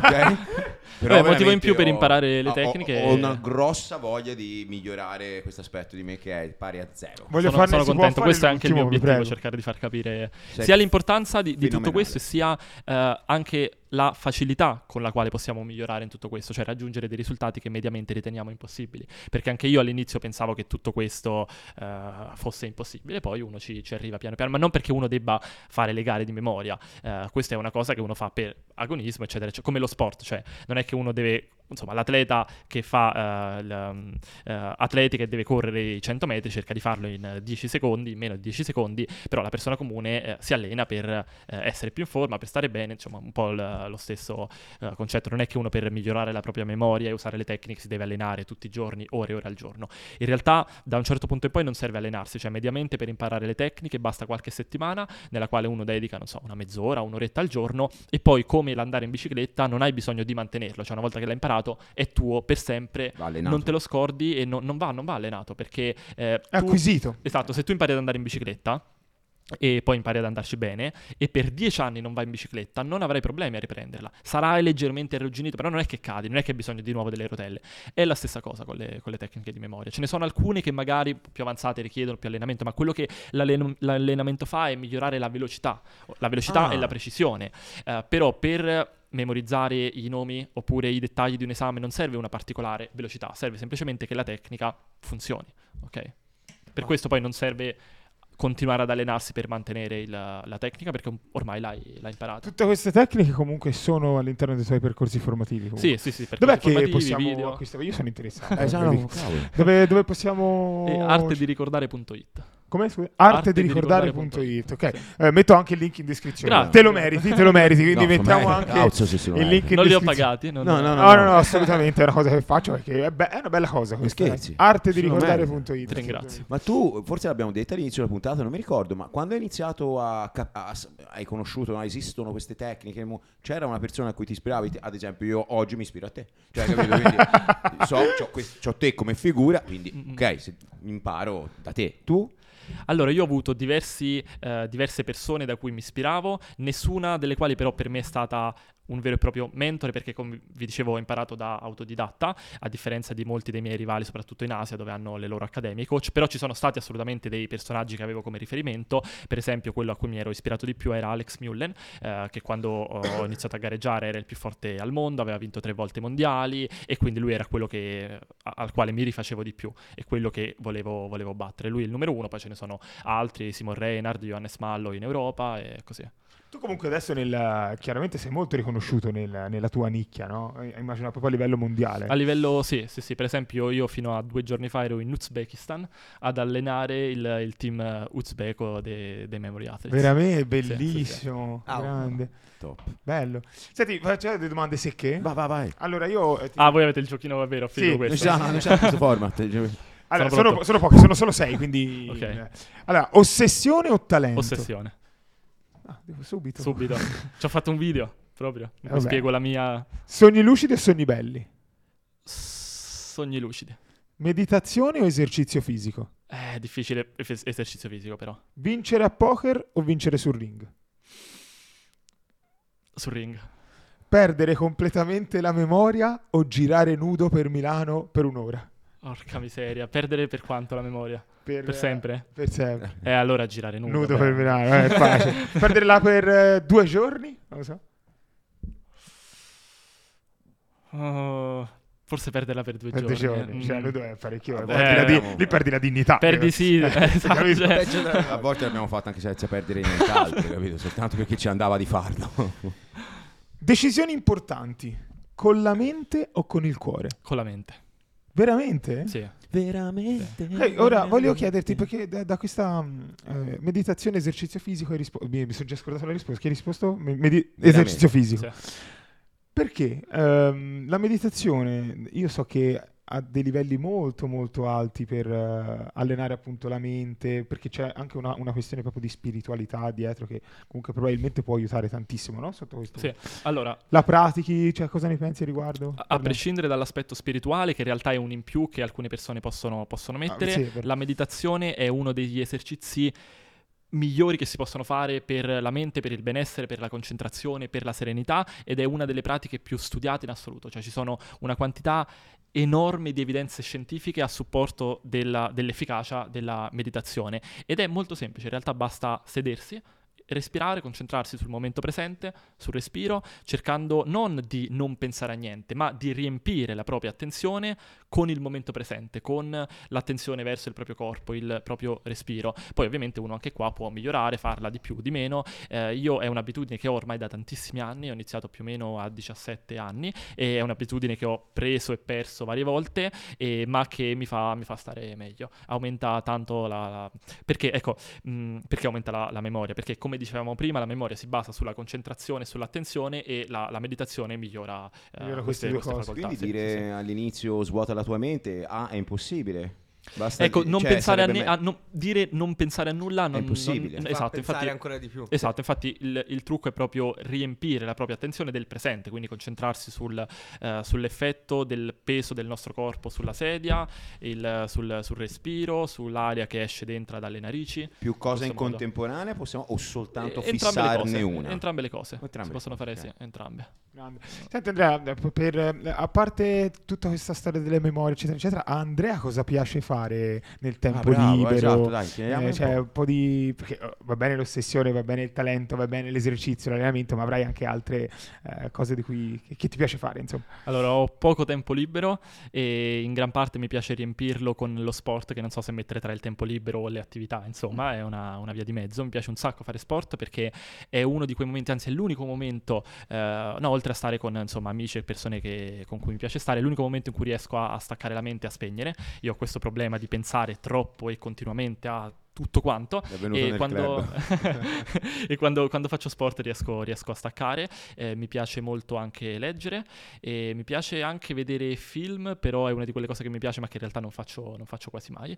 ok? Beh, motivo in più veramente per ho- imparare le ho- tecniche. Ho, ho una grossa voglia di migliorare questo aspetto di me che è pari a zero. Voglio sono, farne- sono si può contento, fare questo è anche il mio l'ultimo, vi obiettivo, prego. cercare di far capire Sei sia l'importanza di, di tutto fenomenale. questo e sia eh, anche la facilità con la quale possiamo migliorare in tutto questo, cioè raggiungere dei risultati che mediamente riteniamo impossibili, perché anche io all'inizio pensavo che tutto questo eh, fosse impossibile, poi uno ci, ci arriva piano piano, ma non perché uno debba fare le gare di memoria, eh, questa è una cosa che uno fa per agonismo, eccetera, cioè, come lo sport, cioè non è che uno deve, insomma, l'atleta che fa uh, l, uh, atletica e deve correre i cento metri cerca di farlo in dieci secondi, in meno di dieci secondi, però la persona comune uh, si allena per uh, essere più in forma, per stare bene, insomma un po' l, lo stesso uh, concetto. Non è che uno per migliorare la propria memoria e usare le tecniche si deve allenare tutti i giorni, ore e ore al giorno. In realtà da un certo punto in poi non serve allenarsi, cioè mediamente per imparare le tecniche basta qualche settimana nella quale uno dedica, non so, una mezz'ora, un'oretta al giorno, e poi come l'andare in bicicletta non hai bisogno di mantenerlo, cioè una volta che l'hai imparato è tuo per sempre, Va allenato. non te lo scordi e no, non, va, non va allenato, perché eh, È tu- acquisito. esatto, se tu impari ad andare in bicicletta e poi impari ad andarci bene e per dieci anni non vai in bicicletta, non avrai problemi a riprenderla, sarai leggermente arrugginito, però non è che cadi, non è che hai bisogno di nuovo delle rotelle. È la stessa cosa con le, con le tecniche di memoria, ce ne sono alcune che magari più avanzate richiedono più allenamento, ma quello che l'allen- l'allenamento fa è migliorare la velocità la velocità Ah. e la precisione. Eh, però per memorizzare i nomi oppure i dettagli di un esame non serve una particolare velocità, serve semplicemente che la tecnica funzioni, ok? Per questo poi non serve continuare ad allenarsi per mantenere il- la tecnica, perché ormai l'hai, l'hai imparata. Tutte queste tecniche comunque sono all'interno dei tuoi percorsi formativi. comunque. Sì, sì, sì. Dov'è percorsi che formativi, possiamo video. acquistare? Io sono interessato. Eh, già, Vedi. no, cavolo. dove, dove possiamo... E arte di ricordare punto it. Come? Scusa? Arte arte di di ricordare ricordare punto punto it, it, ok. sì. Eh, metto anche il link in descrizione. Grazie. Te lo meriti, te lo meriti, quindi No, mettiamo me- anche cazzo, sì, sì, lo il merito. link in Non li ho descrizione. pagati? Non- No, no, No, no, no, assolutamente è una cosa che faccio perché è, be- è una bella cosa questa. scherzi? eh. arte di Sono ricordare merito. punto it. Ti ringrazio. Ma tu, forse l'abbiamo detta all'inizio della puntata, non mi ricordo, ma quando hai iniziato a, cap- a- hai conosciuto, no, esistono queste tecniche, mo- c'era una persona a cui ti ispiravi, Ti- ad esempio io oggi mi ispiro a te, cioè capito? Quindi so, c'ho, quest- c'ho te come figura, quindi ok, se imparo da te, tu? Allora, io ho avuto diversi, eh, diverse persone da cui mi ispiravo, nessuna delle quali però per me è stata un vero e proprio mentore, perché come vi dicevo ho imparato da autodidatta, a differenza di molti dei miei rivali, soprattutto in Asia dove hanno le loro accademie e coach, però ci sono stati assolutamente dei personaggi che avevo come riferimento. Per esempio quello a cui mi ero ispirato di più era Alex Mullen, eh, che quando ho iniziato a gareggiare era il più forte al mondo, aveva vinto tre volte i mondiali e quindi lui era quello che, a- al quale mi rifacevo di più e quello che volevo, volevo battere. Lui è il numero uno, poi ce ne sono altri, Simon Reinhardt, Johannes Mallo in Europa e così. Tu comunque adesso nel, chiaramente sei molto riconosciuto nel- nella tua nicchia, no? Eh, Immagino proprio a livello mondiale. A livello, sì, sì, sì, per esempio io fino a due giorni fa ero in Uzbekistan ad allenare il, il team eh, uzbeko dei, dei Memory Athletes. Veramente Sì, sì, sì. bellissimo, Ah, grande, Top. bello. Senti, faccio delle domande secche? Va, va, vai. Allora io... eh, ti- Ah, voi avete il giochino vero, figo Sì, questo. Non c'è, non c'è questo format. allora, sono sono, pronto. sono pochi, sono solo sei, quindi... Ok. eh. Allora, ossessione o talento? Ossessione, Ah, devo subito. subito. Ci ho fatto un video proprio, in cui Vabbè. spiego la mia Sogni lucidi o sogni belli? sogni lucidi. Meditazione o esercizio fisico? È difficile es- esercizio fisico però. Vincere a poker o vincere sul ring? Sul ring. Perdere completamente la memoria o girare nudo per Milano per un'ora? Porca miseria, perdere per quanto la memoria? Per eh, sempre? Per sempre. E allora girare nudo. Nudo beh. per Milano, eh, è facile. Perderla per eh, due giorni? Non lo so. Oh, forse perderla per due Per due giorni. giorni. eh. Cioè, Mm. nudo è parecchio. Eh, Perdi la di- abbiamo- lì perdi la dignità. Perdi sì, Eh, esatto, capito? cioè- Peggio da- A volte l'abbiamo fatto anche senza perdere nient'altro, capito? Soltanto perché ci andava di farlo. Decisioni importanti. Con la mente o con il cuore? Con la mente. Veramente? Sì. Veramente. Ehi, ora voglio chiederti, perché da, da questa mm, eh, meditazione, esercizio fisico, hai risposto. Mi, mi sono già scordato la risposta. Chi hai risposto? Me- medi- esercizio fisico. Sì. Perché ehm, la meditazione, io so che a dei livelli molto molto alti per uh, allenare appunto la mente, perché c'è anche una, una questione proprio di spiritualità dietro che comunque probabilmente può aiutare tantissimo, no? Sotto questo Sì, allora, la pratichi, cioè cosa ne pensi a riguardo? a, a prescindere dall'aspetto spirituale, che in realtà è un in più che alcune persone possono, possono mettere, ah, sì, per... la meditazione è uno degli esercizi migliori che si possono fare per la mente, per il benessere, per la concentrazione, per la serenità, ed è una delle pratiche più studiate in assoluto, cioè ci sono una quantità enorme di evidenze scientifiche a supporto della, dell'efficacia della meditazione, ed è molto semplice, in realtà basta sedersi, respirare, concentrarsi sul momento presente, sul respiro, cercando non di non pensare a niente, ma di riempire la propria attenzione con il momento presente, con l'attenzione verso il proprio corpo, il proprio respiro. Poi ovviamente uno anche qua può migliorare, farla di più, di meno. Eh, io è un'abitudine che ho ormai da tantissimi anni, ho iniziato più o meno a diciassette anni, e è un'abitudine che ho preso e perso varie volte, e, ma che mi fa, mi fa stare meglio. Aumenta tanto la... la perché, ecco, mh, perché aumenta la, la memoria? Perché come dicevamo prima, la memoria si basa sulla concentrazione, sull'attenzione, e la, la meditazione migliora, eh, migliora queste, queste queste due cose. facoltà. Quindi Sì, dire sì, sì. all'inizio svuota la tua mente, ah, è impossibile. Basta, Ecco, non cioè, pensare a, sarebbe ne- me- a non, dire non pensare a nulla non, È impossibile. non- Fa esatto, pensare infatti, ancora di più. esatto, infatti il, il trucco è proprio riempire la propria attenzione del presente, quindi concentrarsi sul, eh, sull'effetto del peso del nostro corpo sulla sedia, il, sul, sul respiro, sull'aria che esce ed entra dalle narici. Più cose in questo modo. contemporanea possiamo, o soltanto Eh, entrambe le fissarne cose, una? Entrambe le cose. Entrambe si possono le cose, fare, ok. sì, entrambe. Grande. Senti Andrea, per, eh, a parte tutta questa storia delle memorie eccetera eccetera, a Andrea cosa piace fare nel tempo Ah, bravo, libero? esatto, dai, chiediamone Eh, un cioè po'. un po' di... perché oh, va bene l'ossessione, va bene il talento, va bene l'esercizio, l'allenamento, ma avrai anche altre eh, cose di cui che, che ti piace fare, insomma. Allora, ho poco tempo libero e in gran parte mi piace riempirlo con lo sport, che non so se mettere tra il tempo libero o le attività, insomma, è una, una via di mezzo. Mi piace un sacco fare sport perché è uno di quei momenti, anzi è l'unico momento, eh, no, oltre a stare con, insomma, amici e persone che, con cui mi piace stare, è l'unico momento in cui riesco a, a staccare la mente e a spegnere. Io ho questo problema di pensare troppo e continuamente a tutto quanto, È venuto e, nel quando, club. e quando, quando faccio sport riesco, riesco a staccare. Eh, mi piace molto anche leggere, e mi piace anche vedere film, però è una di quelle cose che mi piace ma che in realtà non faccio, non faccio quasi mai.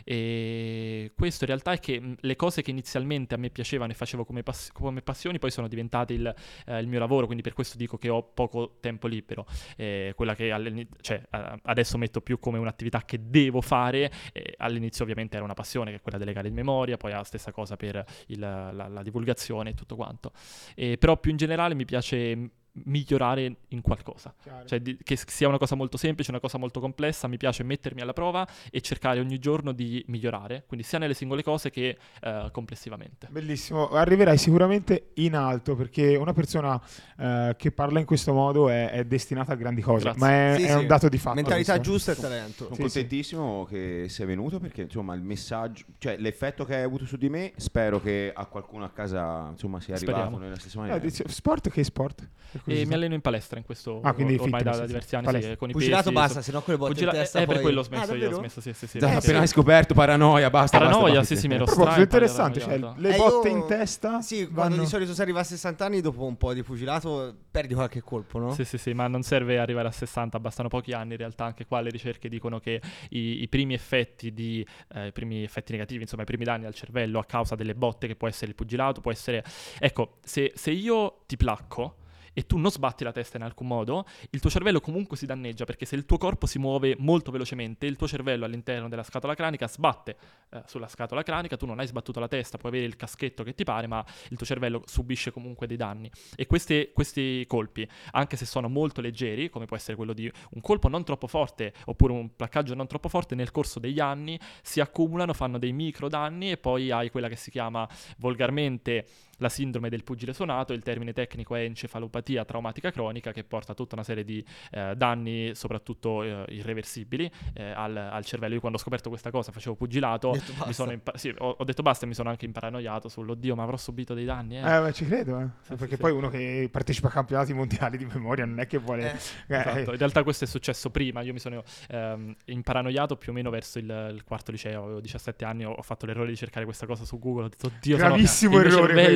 E questo in realtà è che mh, le cose che inizialmente a me piacevano e facevo come, pass- come passioni poi sono diventate il, eh, il mio lavoro, quindi per questo dico che ho poco tempo libero. Eh, quella che cioè, eh, adesso metto più come un'attività che devo fare, eh, all'inizio ovviamente era una passione, che è quella delle gare di memoria, poi la stessa cosa per il, la, la divulgazione e tutto quanto. Eh, però più in generale mi piace migliorare in qualcosa, Chiaro. cioè di, che sia una cosa molto semplice, una cosa molto complessa. Mi piace mettermi alla prova e cercare ogni giorno di migliorare, quindi sia nelle singole cose che uh, complessivamente. Bellissimo, arriverai sicuramente in alto, perché una persona uh, che parla in questo modo è, è destinata a grandi cose. Grazie. Ma è, Sì, è sì. un dato di fatto Mentalità questo. giusta e talento. Sono Sì, contentissimo che sia venuto, perché insomma il messaggio, cioè l'effetto che hai avuto su di me, spero che a qualcuno a casa insomma sia arrivato Speriamo. nella stessa Eh, maniera. dice- sport che sport? Per E curiosità. mi alleno in palestra in questo Ah, quindi ormai da, fitness, da sì, diversi anni, palestra. sì, con i Pugilato pesi, basta, so- se no quelle botte Pugila- in testa eh, è per poi- quello ho Ah, smesso, io ho davvero? smesso, sì, sì, sì. Dai, sì, appena sì. hai scoperto paranoia, basta. Paranoia, basta, sì, sì, me lo A proposito, straipa, interessante, gli cioè, avevo le Eh, botte io- in testa Sì, quando vanno... di solito si arriva a sessanta anni, dopo un po' di pugilato perdi qualche colpo, no? Sì, sì, sì, ma non serve arrivare a sessanta, bastano pochi anni. In realtà anche qua le ricerche dicono che i, i primi effetti di eh, i primi effetti negativi, insomma i primi danni al cervello a causa delle botte, che può essere il pugilato, può essere... Ecco, se, se io ti placco e tu non sbatti la testa in alcun modo, il tuo cervello comunque si danneggia, perché se il tuo corpo si muove molto velocemente, il tuo cervello all'interno della scatola cranica sbatte eh, sulla scatola cranica, tu non hai sbattuto la testa, puoi avere il caschetto che ti pare, ma il tuo cervello subisce comunque dei danni. E queste, questi colpi, anche se sono molto leggeri, come può essere quello di un colpo non troppo forte, oppure un placcaggio non troppo forte, nel corso degli anni si accumulano, fanno dei micro danni, e poi hai quella che si chiama volgarmente la sindrome del pugile suonato. Il termine tecnico è encefalopatia traumatica cronica, che porta a tutta una serie di eh, danni, soprattutto eh, irreversibili, eh, al, al cervello. Io quando ho scoperto questa cosa, facevo pugilato, Ho detto mi basta. sono impa- sì, ho, ho detto basta, e mi sono anche imparanoiato sull'oddio, ma avrò subito dei danni, eh. Eh, ma ci credo, eh. Sì, perché sì, poi sì. uno che partecipa a campionati mondiali di memoria non è che vuole... Eh, eh, Esatto. In realtà questo è successo prima. Io mi sono ehm, imparanoiato più o meno verso il, il quarto liceo, avevo diciassette anni, ho, ho fatto l'errore di cercare questa cosa su Google, ho detto oddio, sono- Gravissimo il mio errore cervello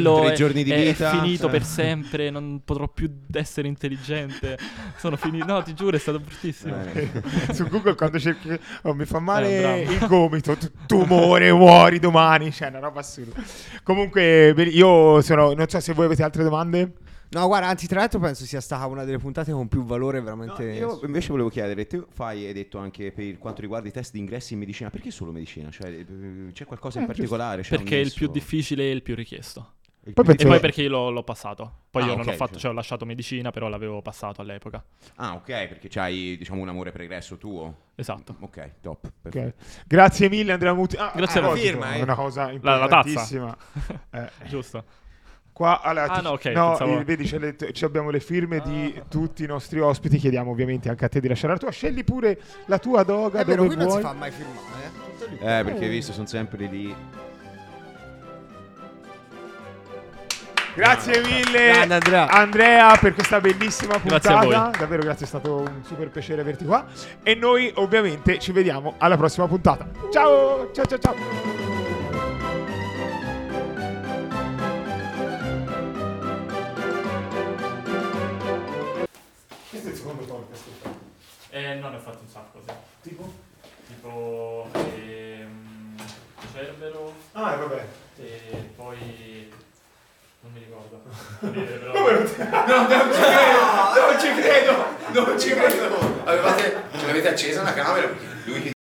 quello tre è, giorni di è vita. finito Eh. per sempre, non potrò più essere intelligente. Sono finito. No, ti giuro, è stato bruttissimo. Eh. Su Google quando cerchi oh, mi fa È male un il gomito, tu- tumore, muori domani, cioè una roba assurda. Comunque be- io sono, non so se voi avete altre domande. No, guarda, anzi, tra l'altro penso sia stata una delle puntate con più valore veramente. No, io invece volevo chiedere, tu fai, hai detto anche per quanto riguarda i test di ingressi in medicina, perché solo medicina? Cioè, eh, c'è qualcosa in Eh, giusto. particolare? C'è un Perché è il nesso? più difficile e il più richiesto. Il Poi più- penso- E poi perché io l'ho, l'ho passato. Poi Ah, io non ok, ho fatto, cioè. cioè ho lasciato medicina, però l'avevo passato all'epoca. Ah, ok, perché c'hai, diciamo, un amore pregresso tuo. Esatto. Ok, top. Ok. Perfetto. Grazie mille Andrea Muti. Ah, Grazie a a voi. proposito, Firma, eh. è una cosa La- la tazza. importantissima. Eh, Giusto. Qua, allora, Ah, ti- no, ok, no, pensavo- eh, vedi, c'è le- ci abbiamo le firme di Ah. tutti i nostri ospiti. Chiediamo ovviamente anche a te di lasciare la tua. Scegli pure la tua doga È vero, dove qui non si vuoi. fa mai firmare. Eh? Tutto lì. Eh, perché hai visto, sono sempre lì. Grazie mille Grande Andrea. Andrea per questa bellissima Grazie a puntata. voi. Davvero grazie, è stato un super piacere averti qua. E noi ovviamente ci vediamo alla prossima puntata. Ciao, ciao, ciao, ciao. Questo è il secondo podcast. Eh, no, ne ho fatto un sacco, sì. Tipo? Tipo ehm, Cerbero Ah, vabbè. e poi non mi ricordo. Però... Come non ti- No, non ci credo! Non ci credo! Non ci credo! Avevate, ce l'avete accesa una camera? Lui che